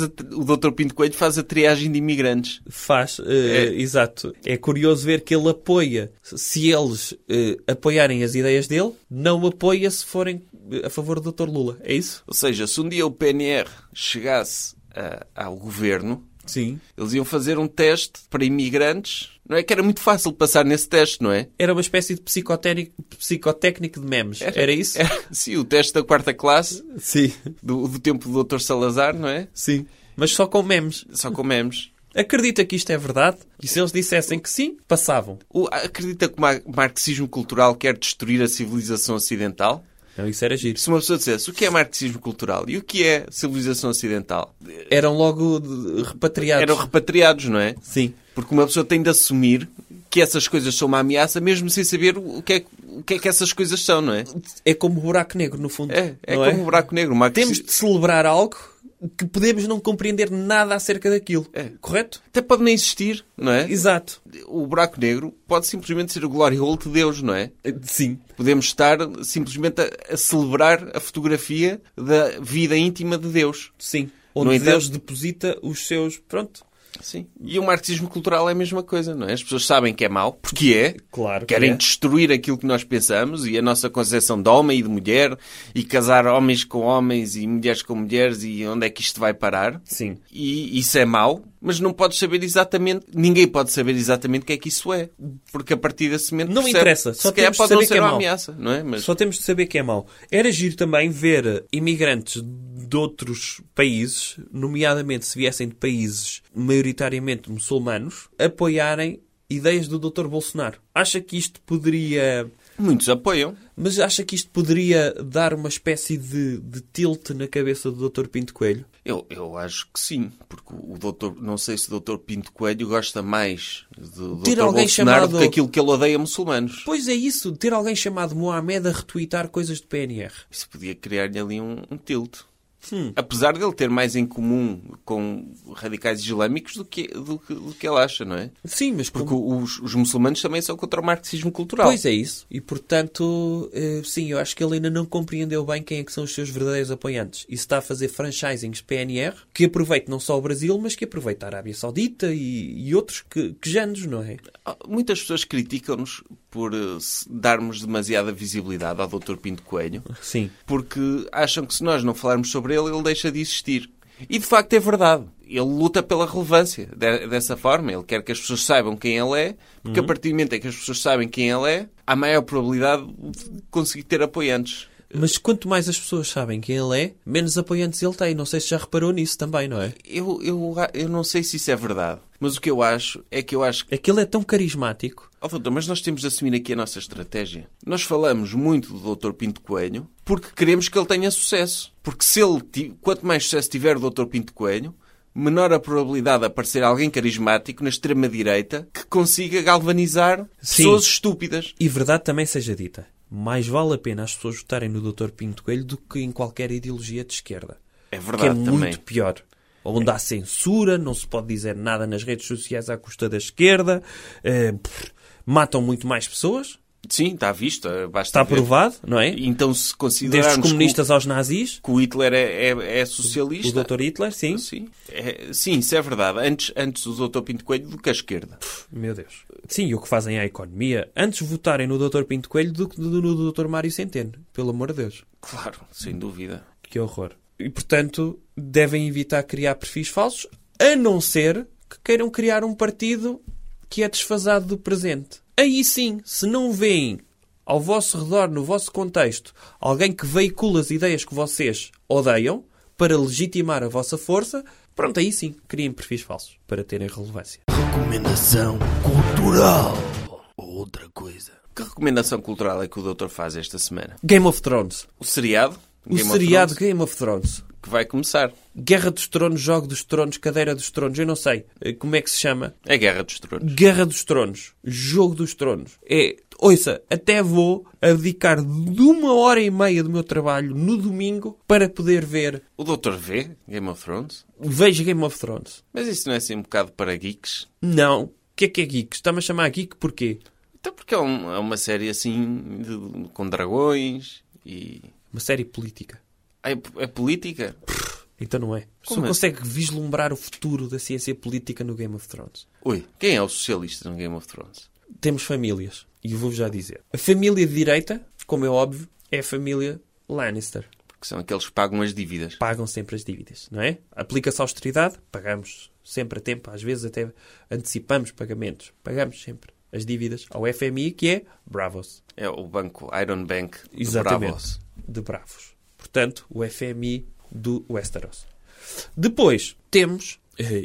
Dr. Pinto Coelho faz a triagem de imigrantes? Faz, exato. É curioso ver que ele apoia, se eles apoiarem as ideias dele, não apoia se forem a favor do Dr. Lula. É isso? Ou seja, se um dia o PNR chegasse ao governo, Sim. eles iam fazer um teste para imigrantes. Não é que era muito fácil passar nesse teste, não é? Era uma espécie de psicotécnico de memes. Era isso? Sim, o teste da quarta classe, Sim. do tempo do Dr. Salazar, não é? Sim. Mas só com memes. Só com memes. Acredita que isto é verdade? E se eles dissessem que sim, passavam. Acredita que o marxismo cultural quer destruir a civilização ocidental? Não, isso era giro. Se uma pessoa dissesse o que é marxismo cultural e o que é civilização ocidental, Eram logo repatriados. eram repatriados, não é? Sim. Porque uma pessoa tem de assumir que essas coisas são uma ameaça, mesmo sem saber o que é que essas coisas são, não é? É como o buraco negro, no fundo. É não como o buraco negro. Temos de celebrar algo que podemos não compreender nada acerca daquilo. Correto? Até pode nem existir, não é? Exato. O buraco negro pode simplesmente ser o glory hole de Deus, não é? Sim. Podemos estar simplesmente a celebrar a fotografia da vida íntima de Deus. Sim. No Onde entanto- Deus deposita os seus... Pronto. Sim. E o marxismo cultural é a mesma coisa, não é? As pessoas sabem que é mau, porque é. Claro que Querem é. destruir aquilo que nós pensamos e a nossa concepção de homem e de mulher e casar homens com homens e mulheres com mulheres e onde é que isto vai parar. Sim. E isso é mau, mas não podes saber exatamente... Ninguém pode saber exatamente o que é que isso é. Porque a partir desse momento Não percebe, interessa. Só se calhar temos de pode saber não ser que é uma mau. ameaça, não é? Mas Só temos de saber que é mau. Era giro também ver imigrantes de outros países, nomeadamente se viessem de países maioritariamente muçulmanos, apoiarem ideias do Dr. Bolsonaro. Acha que isto poderia... muitos apoiam. Mas acha que isto poderia dar uma espécie de tilt na cabeça do Dr. Pinto Coelho? Eu acho que sim, porque o doutor, não sei se o Dr. Pinto Coelho gosta mais do Ter Dr. alguém Bolsonaro chamado- do que aquilo que ele odeia muçulmanos. Pois é isso, ter alguém chamado Mohamed a retweetar coisas de PNR. Isso podia criar-lhe ali um tilt. Apesar de ele ter mais em comum com radicais islâmicos do que ele acha, não é? Sim, mas Porque os muçulmanos também são contra o marxismo cultural. Pois é isso. E, portanto, sim, eu acho que ele ainda não compreendeu bem quem é que são os seus verdadeiros apoiantes. E se está a fazer franchisings PNR, que aproveite não só o Brasil, mas que aproveite a Arábia Saudita e outros quejandos, não é? Muitas pessoas criticam-nos por darmos demasiada visibilidade ao Dr. Pinto Coelho, Sim. porque acham que se nós não falarmos sobre ele deixa de existir. E de facto é verdade. Ele luta pela relevância dessa forma. Ele quer que as pessoas saibam quem ele é, porque a partir do momento em que as pessoas sabem quem ele é, há maior probabilidade de conseguir ter apoiantes. Mas quanto mais as pessoas sabem quem ele é, menos apoiantes ele tem. Não sei se já reparou nisso também, não é? Eu não sei se isso é verdade, mas o que eu acho é que É que ele é tão carismático. Oh, doutor, mas nós temos de assumir aqui a nossa estratégia. Nós falamos muito do Dr. Pinto Coelho porque queremos que ele tenha sucesso. Porque quanto mais sucesso tiver o Dr. Pinto Coelho, menor a probabilidade de aparecer alguém carismático na extrema-direita que consiga galvanizar pessoas estúpidas. E verdade também seja dita. Mais vale a pena as pessoas votarem no Dr. Pinto Coelho do que em qualquer ideologia de esquerda. É Que verdade é também. muito pior. Onde há censura, não se pode dizer nada nas redes sociais à custa da esquerda, matam muito mais pessoas. Sim, está visto. Basta Está ver. provado, não é? Então, se Desde considerarmos os comunistas aos nazis. que o Hitler é O socialista... Dr. Hitler, sim. Sim, sim, isso é verdade. Antes o Dr. Pinto Coelho do que a esquerda. Meu Deus. Sim, e o que fazem à economia. Antes votarem no Dr. Pinto Coelho do que no Dr. Mário Centeno. Pelo amor de Deus. Claro, sem dúvida. Que horror. E, portanto, devem evitar criar perfis falsos, a não ser que queiram criar um partido que é desfasado do presente. Aí sim, se não veem ao vosso redor, no vosso contexto, alguém que veicula as ideias que vocês odeiam para legitimar a vossa força, pronto, aí sim, criem perfis falsos para terem relevância. Recomendação cultural. Ou outra coisa. Que recomendação cultural é que o doutor faz esta semana? Game of Thrones. O seriado? O Game of seriado Thrones, Game of Thrones. que vai começar. Guerra dos Tronos, Jogo dos Tronos, Cadeira dos Tronos, eu não sei como é que se chama. É Guerra dos Tronos. Guerra dos Tronos, Jogo dos Tronos. Ouça, até vou abdicar de 1h30 do meu trabalho no domingo para poder ver. O doutor vê Game of Thrones? Veja Game of Thrones. Mas isso não é assim um bocado para geeks? Não. O que é geek? Está-me a chamar geek porquê? Então porque é uma série assim com dragões e... Uma série política. É política? Então não é. Só Como é? consegue vislumbrar o futuro da ciência política no Game of Thrones. Ui, quem é o socialista no Game of Thrones? Temos famílias. E vou-vos já dizer. A família de direita, como é óbvio, é a família Lannister. Porque são aqueles que pagam as dívidas. Pagam sempre as dívidas, não é? Aplica-se a austeridade, pagamos sempre a tempo, às vezes até antecipamos pagamentos. Pagamos sempre as dívidas ao FMI, que é Bravos. É o banco Iron Bank de Exatamente. Bravos. De Bravos. Portanto, o FMI do Westeros. Depois temos,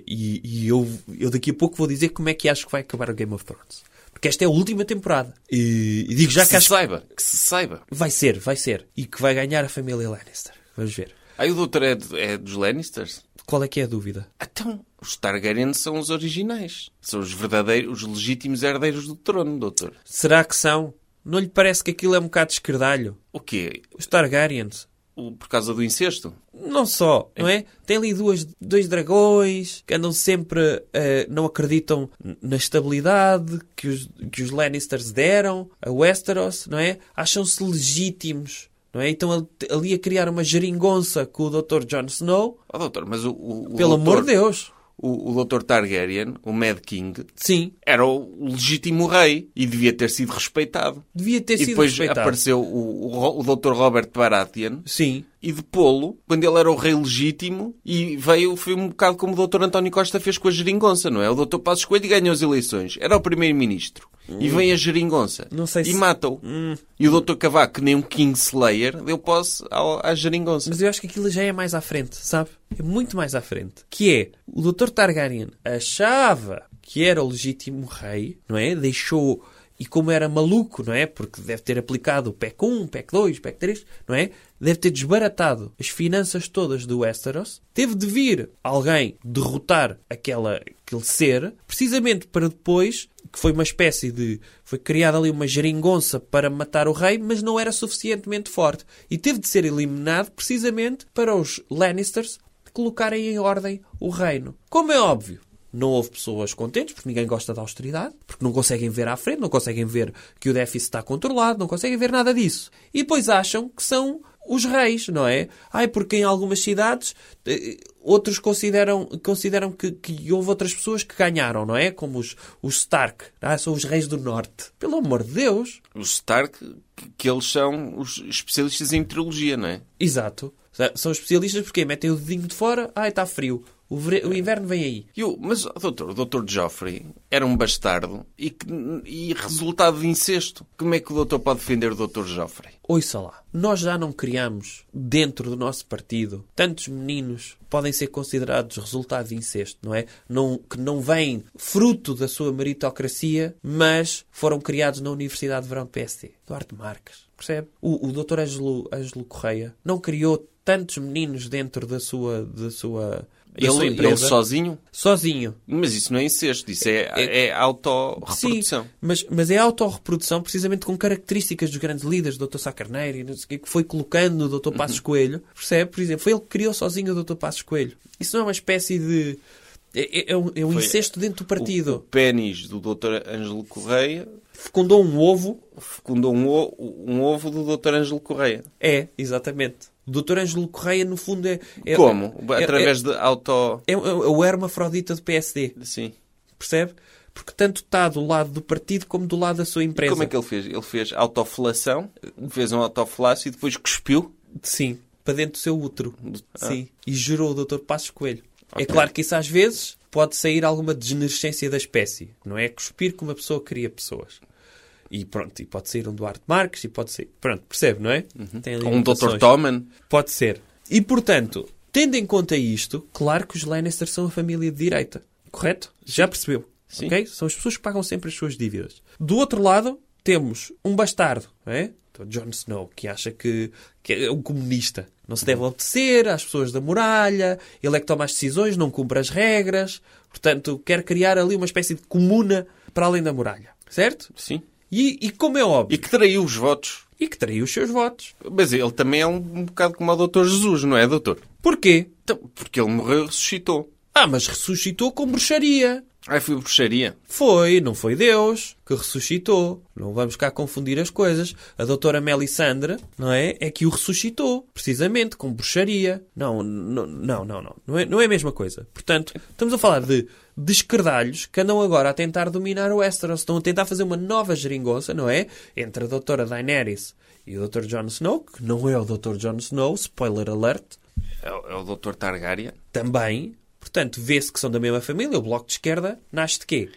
e eu daqui a pouco vou dizer como é que acho que vai acabar o Game of Thrones. Porque esta é a última temporada. E digo já que acho Que se saiba. vai ser. E que vai ganhar a família Lannister. Vamos ver. Aí o doutor é dos Lannisters? Qual é que é a dúvida? Então, os Targaryen são os originais. São os verdadeiros, os legítimos herdeiros do trono, doutor. Será que são? Não lhe parece que aquilo é um bocado esquerdalho? O quê? Os Targaryens. Por causa do incesto? Não só, não é? Tem ali dois dragões que andam sempre... não acreditam na estabilidade que os Lannisters deram a Westeros, não é? Acham-se legítimos, não é? Então ali a criar uma geringonça com o Dr. Jon Snow. Oh, doutor, mas o Pelo doutor, amor de Deus. O doutor Targaryen, o Mad King, Sim, era o legítimo rei e devia ter sido respeitado. devia ter E sido depois respeitado. apareceu o Dr. Robert Baratheon Sim. e depô-lo quando ele era o rei legítimo e foi um bocado como o Dr. António Costa fez com a geringonça, não é? O Dr. Passos Coelho ganhou as eleições. Era o primeiro-ministro. E vem a geringonça. Não sei e se- mata-o. E o Dr. Cavaco, que nem um Kingslayer, deu posse à geringonça. Mas eu acho que aquilo já é mais à frente, sabe? É muito mais à frente. Que é, o Dr. Targaryen achava que era o legítimo rei, não é? Deixou... E como era maluco, não é? Porque deve ter aplicado o PEC 1, PEC 2, PEC 3, não é? Deve ter desbaratado as finanças todas do Westeros. Teve de vir alguém derrotar aquele ser, precisamente para depois, que foi uma espécie de... Foi criada ali uma geringonça para matar o rei, mas não era suficientemente forte. E teve de ser eliminado precisamente para os Lannisters colocarem em ordem o reino. Como é óbvio, não houve pessoas contentes, porque ninguém gosta da austeridade, porque não conseguem ver à frente, não conseguem ver que o déficit está controlado, não conseguem ver nada disso. E depois acham que são os reis, não é? Porque em algumas cidades outros consideram que houve outras pessoas que ganharam, não é? Como os Stark, são os reis do norte. Pelo amor de Deus! Os Stark, que eles são os especialistas em meteorologia, não é? Exato. São especialistas porque metem o dedinho de fora, está frio. O inverno vem aí. Mas, doutor, o Dr. Joffrey era um bastardo e resultado de incesto. Como é que o doutor pode defender o Dr. Joffrey? Ouça lá, nós já não criamos dentro do nosso partido tantos meninos que podem ser considerados resultado de incesto, não é? Que não vêm fruto da sua meritocracia, mas foram criados na Universidade de Verão do PSD. Duarte Marques, percebe? O Dr. Ângelo Correia não criou tantos meninos dentro da sua da sua Ele empresa. sozinho? Sozinho. Mas isso não é incesto, isso é autorreprodução. Sim, mas é autorreprodução precisamente com características dos grandes líderes, do Dr. Sá Carneiro, e não sei o quê, que foi colocando no Dr. Passos Coelho. Percebe? Por exemplo, foi ele que criou sozinho o Dr. Passos Coelho. Isso não é uma espécie de... É um incesto dentro do partido. O pênis do Dr. Ângelo Correia Fecundou um ovo. fecundou um ovo do Dr. Ângelo Correia. É, exatamente. O Dr. Ângelo Correia, no fundo, é... Como? Através de auto... É o hermafrodita do PSD. Sim. Percebe? Porque tanto está do lado do partido como do lado da sua empresa. Como é que ele fez? Ele fez autofelação, fez um autoflácio e depois cuspiu? Sim, para dentro do seu útero. Ah. Sim. E gerou o Dr. Passos Coelho. Ok. É claro que isso às vezes pode sair alguma degenerescência da espécie. Não é cuspir que uma pessoa cria pessoas. E pronto, e pode sair um Duarte Marques e pode ser... Pronto, percebe, não é? Tem ali Ou um Dr. limitações. Toman? Pode ser. E portanto, tendo em conta isto, claro que os Lannister são a família de direita. Correto? Já percebeu? Sim. Ok? São as pessoas que pagam sempre as suas dívidas. Do outro lado, temos um bastardo, não é? Então, Jon Snow, que acha que é um comunista. Não se deve obedecer às pessoas da muralha, ele é que toma as decisões, não cumpre as regras, portanto, quer criar ali uma espécie de comuna para além da muralha. Certo? Sim. E como é óbvio, E que traiu os votos. e que traiu os seus votos. Mas ele também é um bocado como o Dr. Jesus, não é, doutor? Porquê? Então, porque ele morreu e ressuscitou. Mas ressuscitou com bruxaria. Foi bruxaria. Foi, não foi Deus que ressuscitou. Não vamos cá confundir as coisas. A doutora Melisandre, não é? É que o ressuscitou, precisamente, com bruxaria. Não. Não é a mesma coisa. Portanto, estamos a falar de esquerdalhos que andam agora a tentar dominar o Westeros. Estão a tentar fazer uma nova geringonça, não é? Entre a doutora Daenerys e o Dr. Jon Snow, que não é o Dr. Jon Snow, spoiler alert, É o Dr. Targaryen. também. Portanto, vê-se que são da mesma família. O Bloco de Esquerda nasce de quê?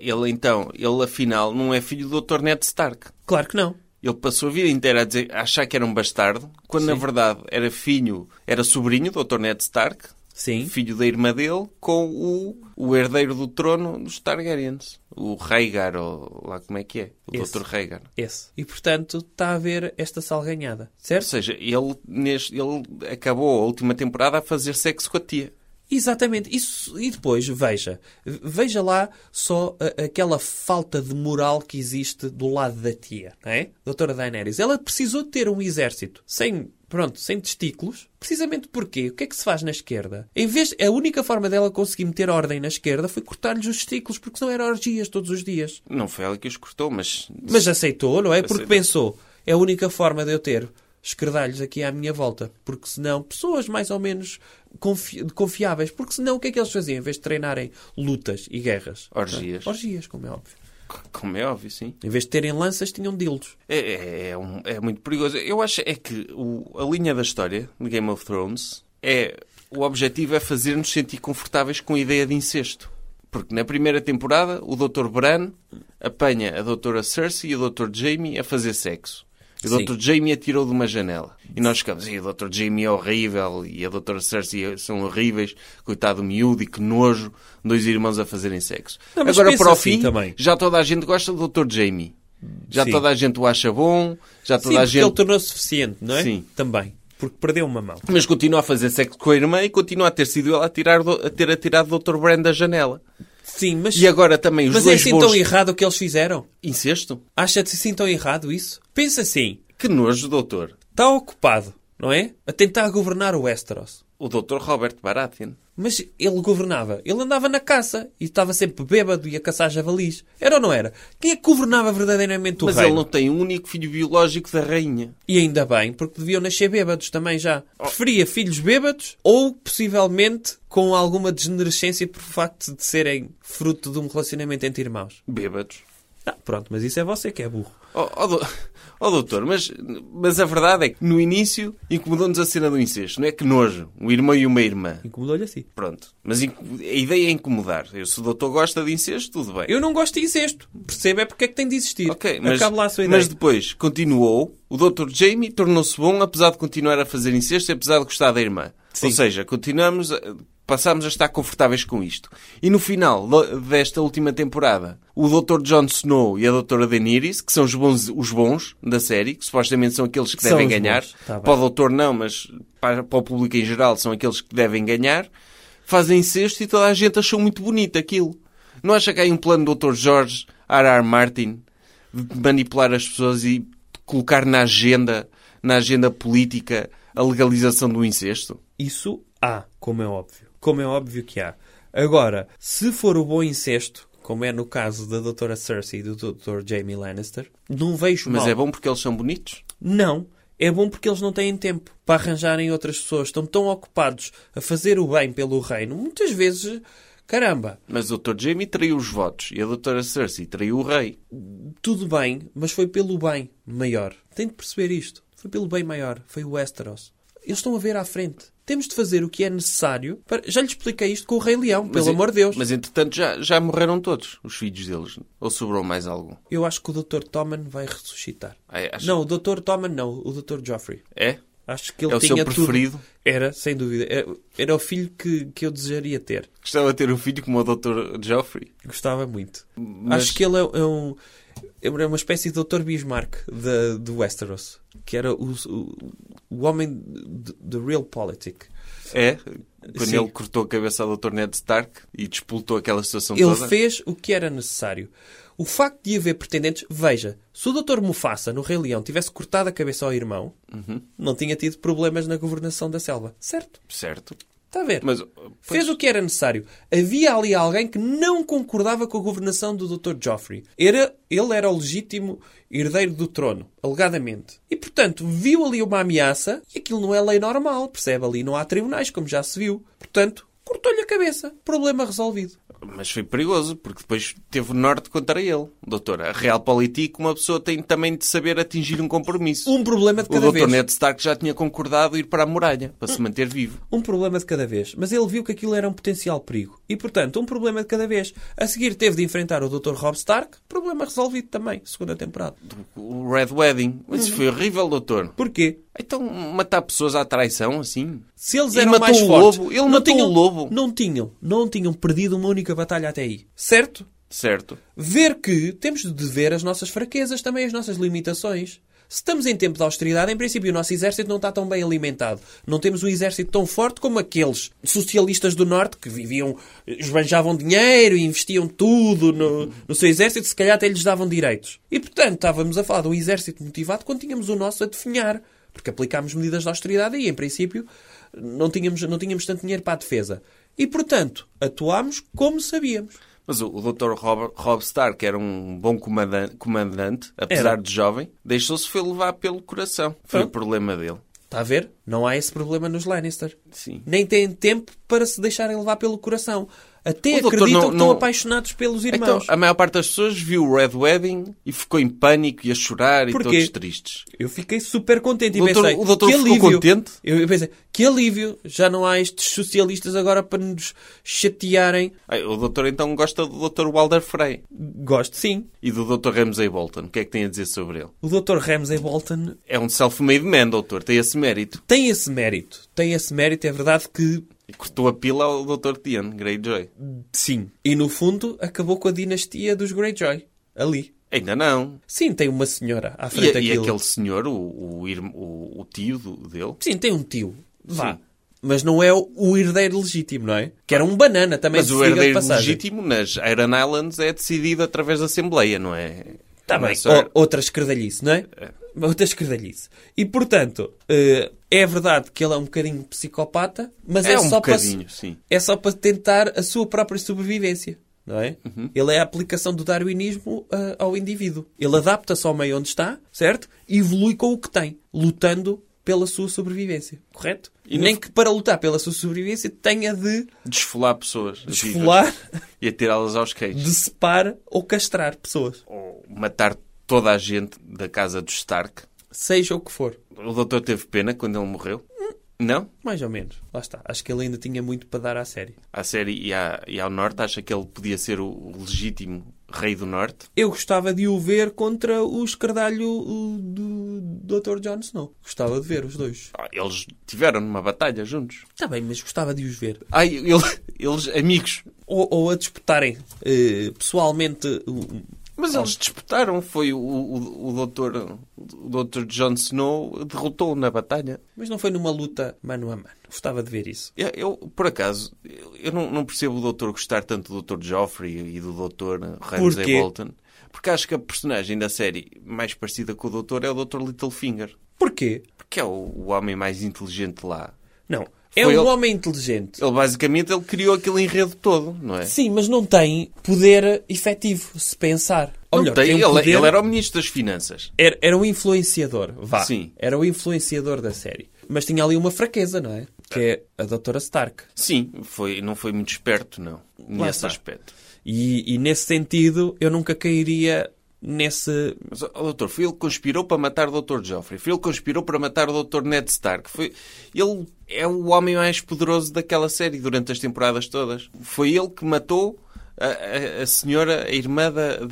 Ele afinal não é filho do Dr. Ned Stark. Claro que não. Ele passou a vida inteira a achar que era um bastardo, quando na verdade era sobrinho do Dr. Ned Stark, Sim. filho da irmã dele, com o herdeiro do trono dos Targaryens. O Rhaegar, ou lá como é que é? O Esse. Dr. Rhaegar. Esse. E, portanto, está a haver esta salganhada. Ou Certo? seja, ele acabou a última temporada a fazer sexo com a tia. Exatamente. Isso. E depois, veja lá só aquela falta de moral que existe do lado da tia, não é? Doutora Daenerys. Ela precisou de ter um exército sem testículos. Precisamente porque o que é que se faz na esquerda? A única forma dela conseguir meter ordem na esquerda foi cortar-lhes os testículos, porque senão eram orgias todos os dias. Não foi ela que os cortou, mas... Mas aceitou, não é? Porque Aceitou. pensou, é a única forma de eu ter esquerdalhos aqui à minha volta. Porque senão, pessoas mais ou menos confiáveis. Porque senão, o que é que eles faziam? Em vez de treinarem lutas e guerras? Orgias. Orgias, como é óbvio. Como é óbvio, sim. Em vez de terem lanças, tinham dildos. É muito perigoso. Eu acho que a linha da história de Game of Thrones o objetivo é fazer-nos sentir confortáveis com a ideia de incesto. Porque na primeira temporada o Dr. Bran apanha a Dra. Cersei e o Dr. Jaime a fazer sexo. E o Sim. Dr. Jaime atirou de uma janela. E nós ficamos, o Dr. Jaime é horrível e a Dra. Cersei são horríveis. Coitado do miúdo e que nojo. Dois irmãos a fazerem sexo. Não, mas Agora, pensa para o assim fim, também. já toda a gente gosta do Dr. Jaime. Já Sim. toda a gente o acha bom. Já Sim, toda a porque gente... ele tornou-se suficiente, não é? Sim. Também. Porque perdeu uma mão. Mas continua a fazer sexo com a irmã e continua a ter sido ela a ter atirado o Dr. Bran da janela. Sim, mas... E agora também os Mas é dois assim bons... tão errado o que eles fizeram? Incesto? Acha-te assim tão errado isso? Pensa assim. Que nojo, doutor. Está ocupado, não é? A tentar governar o Westeros. O Dr. Robert Baratheon. Mas ele governava. Ele andava na caça e estava sempre bêbado e a caçar javalis. Era ou não era? Quem é que governava verdadeiramente o Mas reino? ele não tem um único filho biológico da rainha. E ainda bem, porque deviam nascer bêbados também já. Preferia filhos bêbados ou, possivelmente, com alguma degenerescência por facto de serem fruto de um relacionamento entre irmãos. Bêbados. Pronto, mas isso é você que é burro. Doutor, mas a verdade é que no início incomodou-nos a cena do incesto. Não é que nojo. Um irmão e uma irmã. Incomodou-lhe assim. Pronto. Mas a ideia é incomodar. Se o doutor gosta de incesto, tudo bem. Eu não gosto de incesto. Perceba é porque é que tem de existir. Ok, mas, Acabe lá a sua ideia. mas depois continuou. O Dr. Jaime tornou-se bom, apesar de continuar a fazer incesto e apesar de gostar da irmã. Sim. Ou seja, passámos a estar confortáveis com isto. E no final desta última temporada, o Dr. Jon Snow e a Dra. Daenerys, que são os bons da série, que supostamente são aqueles que São devem os ganhar. bons. Tá bem. Para o doutor não, mas para o público em geral são aqueles que devem ganhar. fazem incesto e toda a gente achou muito bonito aquilo. Não acha que há aí um plano do Dr. George R.R. Martin de manipular as pessoas e colocar na agenda política a legalização do incesto? Isso há, como é óbvio. Como é óbvio que há. Agora, se for o bom incesto, como é no caso da Dra. Cersei e do Dr. Jaime Lannister, não vejo mal. Mas é bom porque eles são bonitos? Não. É bom porque eles não têm tempo para arranjarem outras pessoas. Estão tão ocupados a fazer o bem pelo reino. Muitas vezes, caramba. Mas o Dr. Jaime traiu os votos e a Dra. Cersei traiu o rei. Tudo bem, mas foi pelo bem maior. Tem de perceber isto. Foi pelo bem maior. Foi o Westeros. Eles estão a ver à frente. Temos de fazer o que é necessário. Já lhe expliquei isto com o Rei Leão, pelo amor de Deus. Mas, entretanto, já morreram todos os filhos deles. Ou sobrou mais algum? Eu acho que o Dr. Tommen vai ressuscitar. Acho... Não, o Dr. Tommen não. O Dr. Joffrey. É? Acho que ele é o tinha seu preferido? Tudo. Era, sem dúvida. Era o filho que eu desejaria ter. Gostava de ter um filho como o Dr. Joffrey? Gostava muito. Mas... Acho que ele é uma espécie de Dr. Bismarck de Westeros. Que era o homem de real-politic. É? Quando Sim. ele cortou a cabeça ao Dr. Ned Stark e despoltou aquela situação ele toda? Ele fez o que era necessário. O facto de haver pretendentes... Veja, se o Dr. Mufasa, no Rei Leão, tivesse cortado a cabeça ao irmão, não tinha tido problemas na governação da selva. Certo? Certo. Está a ver? Mas, fez o que era necessário. Havia ali alguém que não concordava com a governação do Dr. Joffrey. Ele era o legítimo herdeiro do trono, alegadamente. E, portanto, viu ali uma ameaça e aquilo não é lei normal, percebe? Ali não há tribunais, como já se viu. Portanto, cortou-lhe a cabeça. Problema resolvido. Mas foi perigoso, porque depois teve o norte contra ele. Doutor, a realpolitik, uma pessoa tem também de saber atingir um compromisso. Um problema de cada vez. O Dr. Ned Stark já tinha concordado ir para a muralha, para se manter vivo. Um problema de cada vez. Mas ele viu que aquilo era um potencial perigo. E, portanto, um problema de cada vez. A seguir teve de enfrentar o Dr. Robb Stark. Problema resolvido também, segunda temporada. O Red Wedding. Mas isso foi horrível, doutor. Porquê? Então, matar pessoas à traição, assim? Se eles E eram matou mais o fortes... lobo. Ele matou o lobo. Não tinham perdido uma única batalha até aí. Certo? Certo. Ver que temos de ver as nossas fraquezas, também as nossas limitações. Se estamos em tempo de austeridade, em princípio o nosso exército não está tão bem alimentado. Não temos um exército tão forte como aqueles socialistas do Norte que esbanjavam dinheiro e investiam tudo no seu exército, se calhar até lhes davam direitos. E, portanto, estávamos a falar de um exército motivado quando tínhamos o nosso a definhar. Porque aplicámos medidas de austeridade e, em princípio, não tínhamos tanto dinheiro para a defesa. E, portanto, atuámos como sabíamos. Mas o Dr. Robb Stark era um bom comandante, apesar de jovem, deixou-se levar pelo coração. Foi o problema dele. Está a ver? Não há esse problema nos Lannister. Sim. Nem têm tempo para se deixarem levar pelo coração. Até acreditam que estão apaixonados pelos irmãos. Então, a maior parte das pessoas viu o Red Wedding e ficou em pânico e a chorar. Porquê? E todos tristes. Eu fiquei super contente e o doutor que ficou alívio. Contente? Eu pensei, que alívio. Já não há estes socialistas agora para nos chatearem. O doutor então gosta do Dr. Walder Frey. Gosto, sim. E do Dr. Ramsay Bolton. O que é que tem a dizer sobre ele? O Dr. Ramsay Bolton... É um self-made man, doutor. Tem esse mérito. Tem esse mérito. É verdade que... E cortou a pila ao Dr. Theon Greyjoy. Sim. E no fundo acabou com a dinastia dos Greyjoy. Ali. Ainda não. Sim, tem uma senhora à frente daquilo. E aquele senhor, o tio dele? Sim, tem um tio. Vá. Sim. Mas não é o herdeiro legítimo, não é? Que era um banana também. Mas o herdeiro legítimo nas Iron Islands é decidido através da Assembleia, não é? Está bem. Outra escardalhice, não é? Outra escardalhice. E, portanto, é verdade que ele é um bocadinho psicopata, mas é só para tentar a sua própria sobrevivência. Não é? Ele é a aplicação do darwinismo ao indivíduo. Ele adapta-se ao meio onde está, certo? E evolui com o que tem, lutando pela sua sobrevivência. Correto? E nem que para lutar pela sua sobrevivência tenha de... Desfolar pessoas. Desfolar. E atirá-las aos queijos. Decepar ou castrar pessoas. Ou matar toda a gente da casa dos Stark. Seja o que for. O doutor teve pena quando ele morreu? Não? Mais ou menos. Lá está. Acho que ele ainda tinha muito para dar à série. À série e ao Norte? Acha que ele podia ser o legítimo rei do Norte? Eu gostava de o ver contra o escardalho do Dr. Jon Snow. Gostava de ver os dois. Eles tiveram numa batalha juntos. Está bem, mas gostava de os ver. Eles amigos. Ou a disputarem pessoalmente Mas eles disputaram. Foi o doutor Jon Snow derrotou na batalha. Mas não foi numa luta mano a mano. Gostava de ver isso. Eu por acaso, eu não percebo o doutor gostar tanto do doutor Joffrey e do doutor Ramsay Bolton. Porque acho que a personagem da série mais parecida com o doutor é o doutor Littlefinger. Porquê? Porque é o homem mais inteligente lá. Não. É um homem inteligente. Ele basicamente criou aquele enredo todo, não é? Sim, mas não tem poder efetivo, se pensar. Ou melhor, tem um poder... Ele era o ministro das finanças. Era um influenciador, vá. Sim. Era o influenciador da série. Mas tinha ali uma fraqueza, não é? Que é a doutora Stark. Sim, não foi muito esperto, não. Nesse aspecto. E nesse sentido, eu nunca cairia nesse... Mas, doutor, foi ele que conspirou para matar o Dr. Joffrey. Foi ele que conspirou para matar o Dr. Ned Stark. Ele é o homem mais poderoso daquela série durante as temporadas todas. Foi ele que matou a senhora, a irmã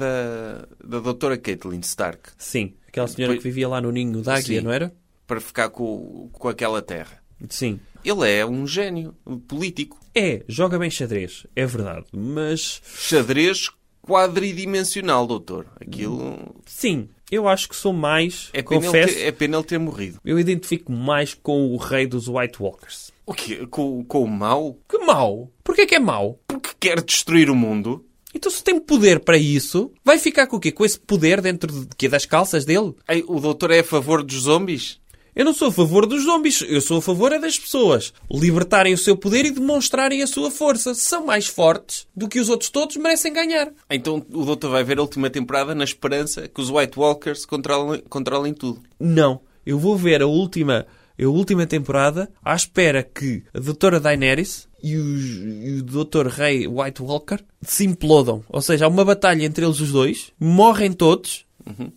da doutora Catelyn Stark. Sim, aquela senhora que vivia lá no ninho da águia, não era? Para ficar com aquela terra. Sim. Ele é um gênio político. Joga bem xadrez, é verdade, mas... Xadrez quadridimensional, doutor. Aquilo... Sim, eu acho que sou mais, é pena ele ter morrido. Eu identifico mais com o rei dos White Walkers. O quê? Com o mau? Que mau? Porquê que é mau? Porque quer destruir o mundo. Então se tem poder para isso, vai ficar com o quê? Com esse poder dentro das calças dele? O doutor é a favor dos zombies? Eu não sou a favor dos zombies, eu sou a favor das pessoas libertarem o seu poder e demonstrarem a sua força. Se são mais fortes do que os outros todos, merecem ganhar. Então o doutor vai ver a última temporada na esperança que os White Walkers controlem tudo. Não, eu vou ver a última temporada à espera que a doutora Daenerys e o doutor Rei White Walker se implodam. Ou seja, há uma batalha entre eles os dois, morrem todos...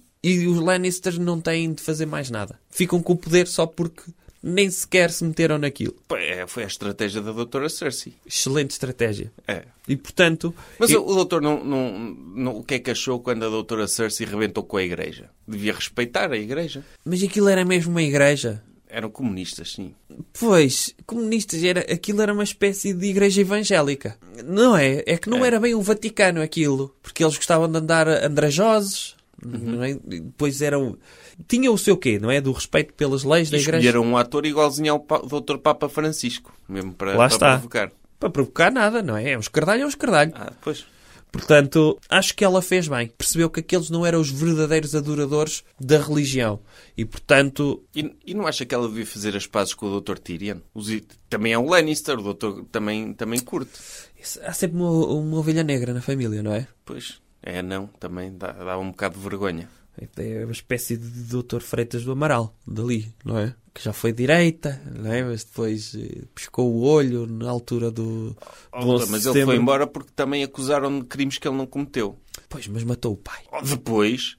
E os Lannisters não têm de fazer mais nada. Ficam com o poder só porque nem sequer se meteram naquilo. Foi a estratégia da doutora Cersei. Excelente estratégia. É. E portanto... Mas o doutor o que é que achou quando a doutora Cersei rebentou com a igreja? Devia respeitar a igreja. Mas aquilo era mesmo uma igreja. Eram comunistas, sim. Pois, comunistas. Aquilo era uma espécie de igreja evangélica. Não é? É que não era bem o Vaticano aquilo. Porque eles gostavam de andar andrajosos... Não é? Depois tinha o seu quê, não é? Do respeito pelas leis da igreja. Escolheram um ator igualzinho ao Dr. Papa Francisco, mesmo para provocar. Para provocar nada, não é? É um escardalho, Pois. Portanto, acho que ela fez bem. Percebeu que aqueles não eram os verdadeiros adoradores da religião. E, portanto... E não acha que ela devia fazer as pazes com o Dr. Tyrion? Também é um Lannister, o doutor também curte. Há sempre uma ovelha negra na família, não é? Pois. Também dá um bocado de vergonha. É uma espécie de Dr. Freitas do Amaral, dali, não é? Que já foi direita, não é? Mas depois piscou o olho na altura do mas ele foi embora porque também acusaram de crimes que ele não cometeu. Pois, mas matou o pai. Depois?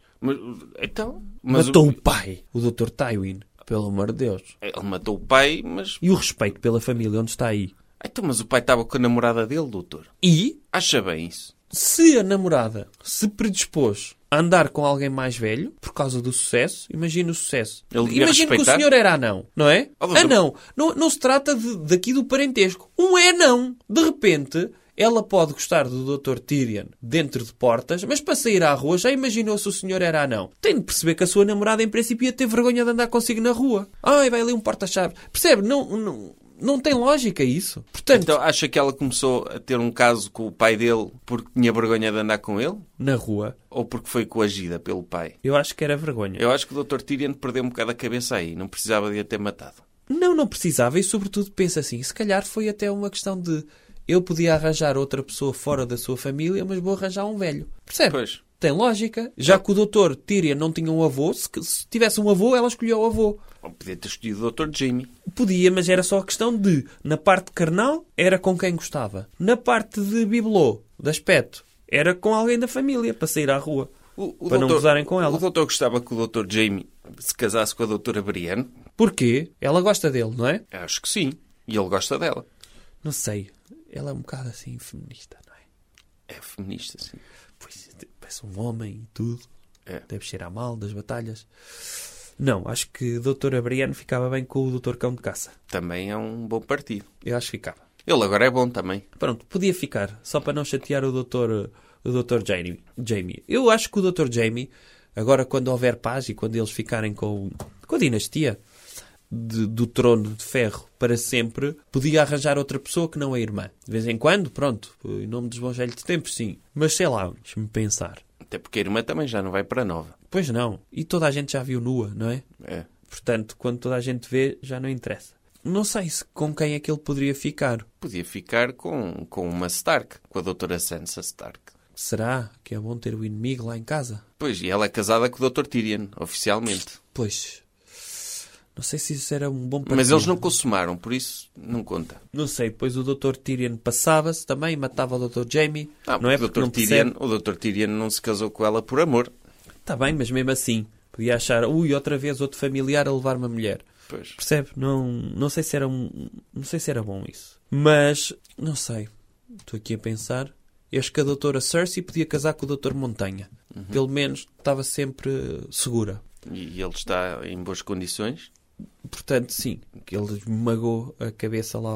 Matou o pai, o Dr. Tywin, pelo amor de Deus. Ele matou o pai, mas... E o respeito pela família, onde está aí? Mas o pai estava com a namorada dele, doutor. E? Acha bem isso? Se a namorada se predispôs a andar com alguém mais velho, por causa do sucesso, imagina o sucesso. Imagina que o senhor era anão, não é? Anão. Não se trata daqui do parentesco. Um é anão. De repente, ela pode gostar do Dr. Tyrion dentro de portas, mas para sair à rua já imaginou se o senhor era anão. Tem de perceber que a sua namorada, em princípio, ia ter vergonha de andar consigo na rua. Vai ali um porta-chave. Percebe? Não tem lógica isso. Portanto, então acha que ela começou a ter um caso com o pai dele porque tinha vergonha de andar com ele? Na rua. Ou porque foi coagida pelo pai? Eu acho que era vergonha. Eu acho que o Dr. Tyrion perdeu um bocado a cabeça aí. Não precisava de a ter matado. Não precisava. E sobretudo pensa assim, se calhar foi até uma questão de eu podia arranjar outra pessoa fora da sua família, mas vou arranjar um velho. Percebe? Pois. Tem lógica. Já que o Dr. Tyrion não tinha um avô, se tivesse um avô, ela escolheu o avô. Ou podia ter escolhido o Dr. Jaime. Podia, mas era só a questão de, na parte carnal, era com quem gostava. Na parte de bibelô, de aspecto, era com alguém da família, para sair à rua. Para não gozarem com ela. O doutor gostava que o Dr. Jaime se casasse com a doutora Brienne. Porquê? Ela gosta dele, não é? Acho que sim. E ele gosta dela. Não sei. Ela é um bocado assim feminista, não é? É feminista, sim. Pois, parece um homem e tudo. É. Deve cheirar mal das batalhas. Não, acho que a doutora Brienne ficava bem com o Dr. Cão de Caça. Também é um bom partido. Eu acho que ficava. Ele agora é bom também. Pronto, podia ficar, só para não chatear o Dr. Jamie. Eu acho que o Dr. Jamie, agora quando houver paz e quando eles ficarem com a dinastia do trono de ferro para sempre, podia arranjar outra pessoa que não a irmã. De vez em quando, pronto, em nome dos bons velhos tempos, sim. Mas sei lá, deixa-me pensar. Até porque a irmã também já não vai para nova. Pois não. E toda a gente já viu nua, não é? É. Portanto, quando toda a gente vê, já não interessa. Não sei se com quem é que ele poderia ficar. Podia ficar com uma Stark, com a doutora Sansa Stark. Será que é bom ter o inimigo lá em casa? Pois, e ela é casada com o Dr. Tyrion, oficialmente. Pois, não sei se isso era um bom partido. Mas eles não consumaram, por isso não conta. Não sei, depois o Dr. Tyrion passava-se também, matava o Dr. Jamie. Não é porque não percebe. O Dr. Tyrion não se casou com ela por amor. Está bem, mas mesmo assim, podia achar, outra vez outro familiar a levar uma mulher. Pois. Percebe? Não sei se era não sei se era bom isso. Mas, não sei. Estou aqui a pensar. Eu acho que a doutora Cersei podia casar com o Dr. Montanha. Pelo menos estava sempre segura. E ele está em boas condições? Portanto, sim. Que ele esmagou a cabeça lá,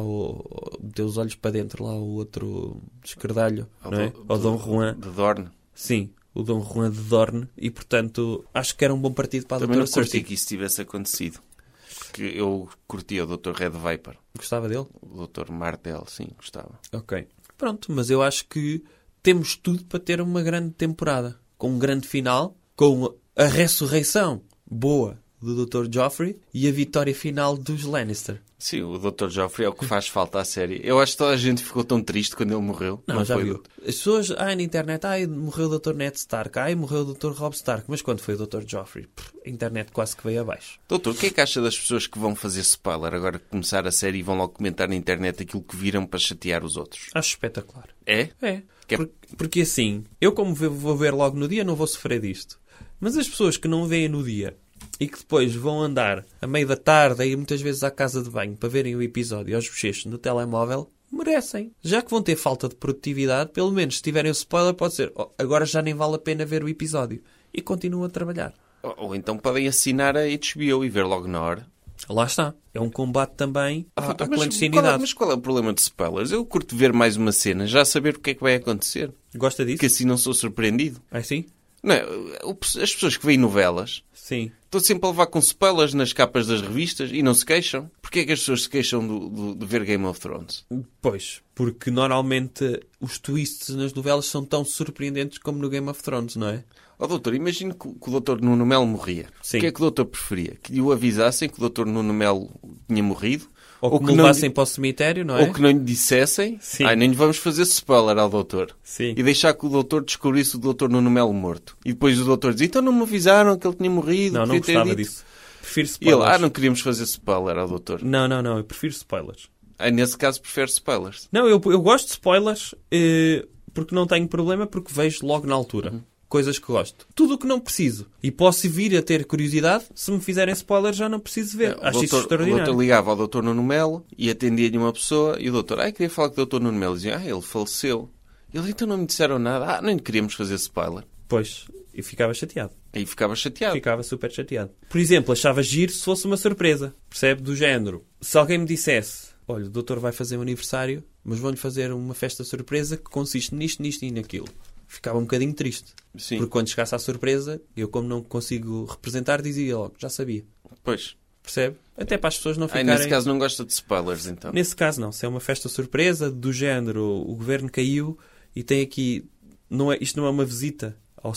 deu os olhos para dentro lá o outro escardalho, não é? O Dom Juan. De Dorne. Sim, o Dom Juan de Dorne. E, portanto, acho que era um bom partido para a Também doutora não curti Cersei. que isso tivesse acontecido. Porque eu curtia o Dr. Red Viper. Gostava dele? O Dr. Martell, sim, gostava. Ok. Pronto, mas eu acho que temos tudo para ter uma grande temporada. Com um grande final, com a ressurreição boa do Dr. Joffrey e a vitória final dos Lannister. Sim, o Dr. Joffrey é o que faz falta à série. Eu acho que toda a gente ficou tão triste quando ele morreu. Não já foi viu. As pessoas, na internet, morreu o Dr. Ned Stark, morreu o Dr. Robb Stark. Mas quando foi o Dr. Joffrey? A internet quase que veio abaixo. Doutor, o que é que acha das pessoas que vão fazer spoiler agora que começar a série e vão logo comentar na internet aquilo que viram para chatear os outros? Acho espetacular. É? É. Que é- Porque assim, eu como vou ver logo no dia, não vou sofrer disto. Mas as pessoas que não veem no dia e que depois vão andar a meio da tarde, aí muitas vezes à casa de banho, para verem o episódio aos bochechos no telemóvel, merecem. Já que vão ter falta de produtividade, pelo menos se tiverem o spoiler, pode ser, agora já nem vale a pena ver o episódio. E continuam a trabalhar. Ou então podem assinar a HBO e ver logo na hora. Lá está. É um combate também à Mas clandestinidade. Mas qual é o problema de spoilers? Eu curto ver mais uma cena, já saber o que é que vai acontecer. Gosta disso? Que assim não sou surpreendido. É assim? Não é? As pessoas que veem novelas Sim. estão sempre a levar com spoilers nas capas das revistas e não se queixam. Porquê é que as pessoas se queixam de ver Game of Thrones? Pois, porque normalmente os twists nas novelas são tão surpreendentes como no Game of Thrones, não é? Ó doutor, imagine que o doutor Nuno Melo morria. Sim. O que é que o doutor preferia? Que o avisassem que o doutor Nuno Melo tinha morrido? Ou que me levassem para o cemitério, não é? Ou que não lhe dissessem, Sim. nem lhe vamos fazer spoiler ao doutor. Sim. E deixar que o doutor descobrisse o doutor Nuno Melo morto. E depois o doutor dizia, então não me avisaram que ele tinha morrido. Não, não podia ter gostava dito. disso. Prefiro E spoilers. ele, não queríamos fazer spoiler ao doutor. Não, eu prefiro spoilers. Nesse caso prefere spoilers. Não, eu gosto de spoilers porque não tenho problema, porque vejo logo na altura. Coisas que gosto. Tudo o que não preciso. E posso vir a ter curiosidade, se me fizerem spoiler já não preciso ver. Acho isso O extraordinário. doutor ligava ao doutor Nuno Melo e atendia-lhe uma pessoa e o doutor, queria falar com o doutor Nuno Melo. Dizia, ele faleceu. Ele, então não me disseram nada. Nem queríamos fazer spoiler. Pois, eu ficava chateado. Aí ficava chateado. Ficava super chateado. Por exemplo, achava giro se fosse uma surpresa. Percebe? Do género. Se alguém me dissesse, olha, o doutor vai fazer um aniversário, mas vão-lhe fazer uma festa surpresa que consiste nisto, nisto e naquilo. Ficava um bocadinho triste. Sim. Porque quando chegasse à surpresa, eu como não consigo representar, dizia logo, já sabia. Pois. Percebe? Até para as pessoas não ficarem... Nesse caso não gosta de spoilers, então. Nesse caso não. Se é uma festa surpresa, do género, o governo caiu e tem aqui... Isto não é uma visita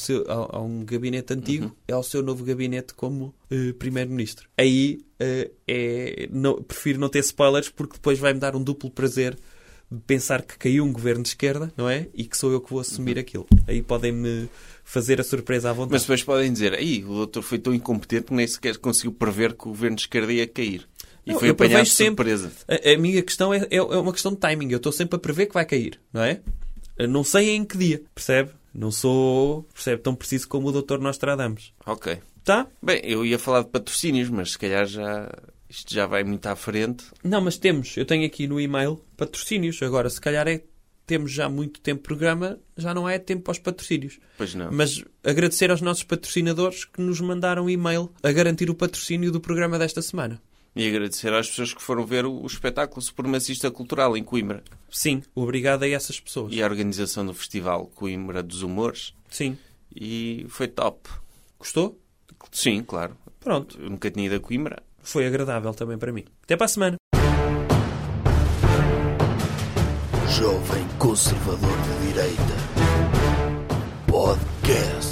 a um gabinete antigo, é ao seu novo gabinete como primeiro-ministro. Aí prefiro não ter spoilers porque depois vai-me dar um duplo prazer de pensar que caiu um governo de esquerda, não é? E que sou eu que vou assumir aquilo. Aí podem-me fazer a surpresa à vontade. Mas depois podem dizer, o doutor foi tão incompetente que nem sequer conseguiu prever que o governo de esquerda ia cair. E Não, foi eu apanhado de prevejo surpresa. A minha questão é uma questão de timing. Eu estou sempre a prever que vai cair, não é? Eu não sei em que dia, percebe? Não sou, tão preciso como o Dr. Nostradamus. Ok. Tá? Bem, eu ia falar de patrocínios, mas se calhar isto já vai muito à frente. Não, mas eu tenho aqui no e-mail patrocínios. Agora, se calhar temos já muito tempo de programa, já não é tempo para os patrocínios. Pois não. Mas agradecer aos nossos patrocinadores que nos mandaram e-mail a garantir o patrocínio do programa desta semana. E agradecer às pessoas que foram ver o espetáculo Supremacista Cultural em Coimbra. Sim, obrigado a essas pessoas. E a organização do Festival Coimbra dos Humores. Sim. E foi top. Gostou? Sim, claro. Pronto. Eu nunca tinha ido a Coimbra. Foi agradável também para mim. Até para a semana. Jovem Conservador de Direita. Podcast.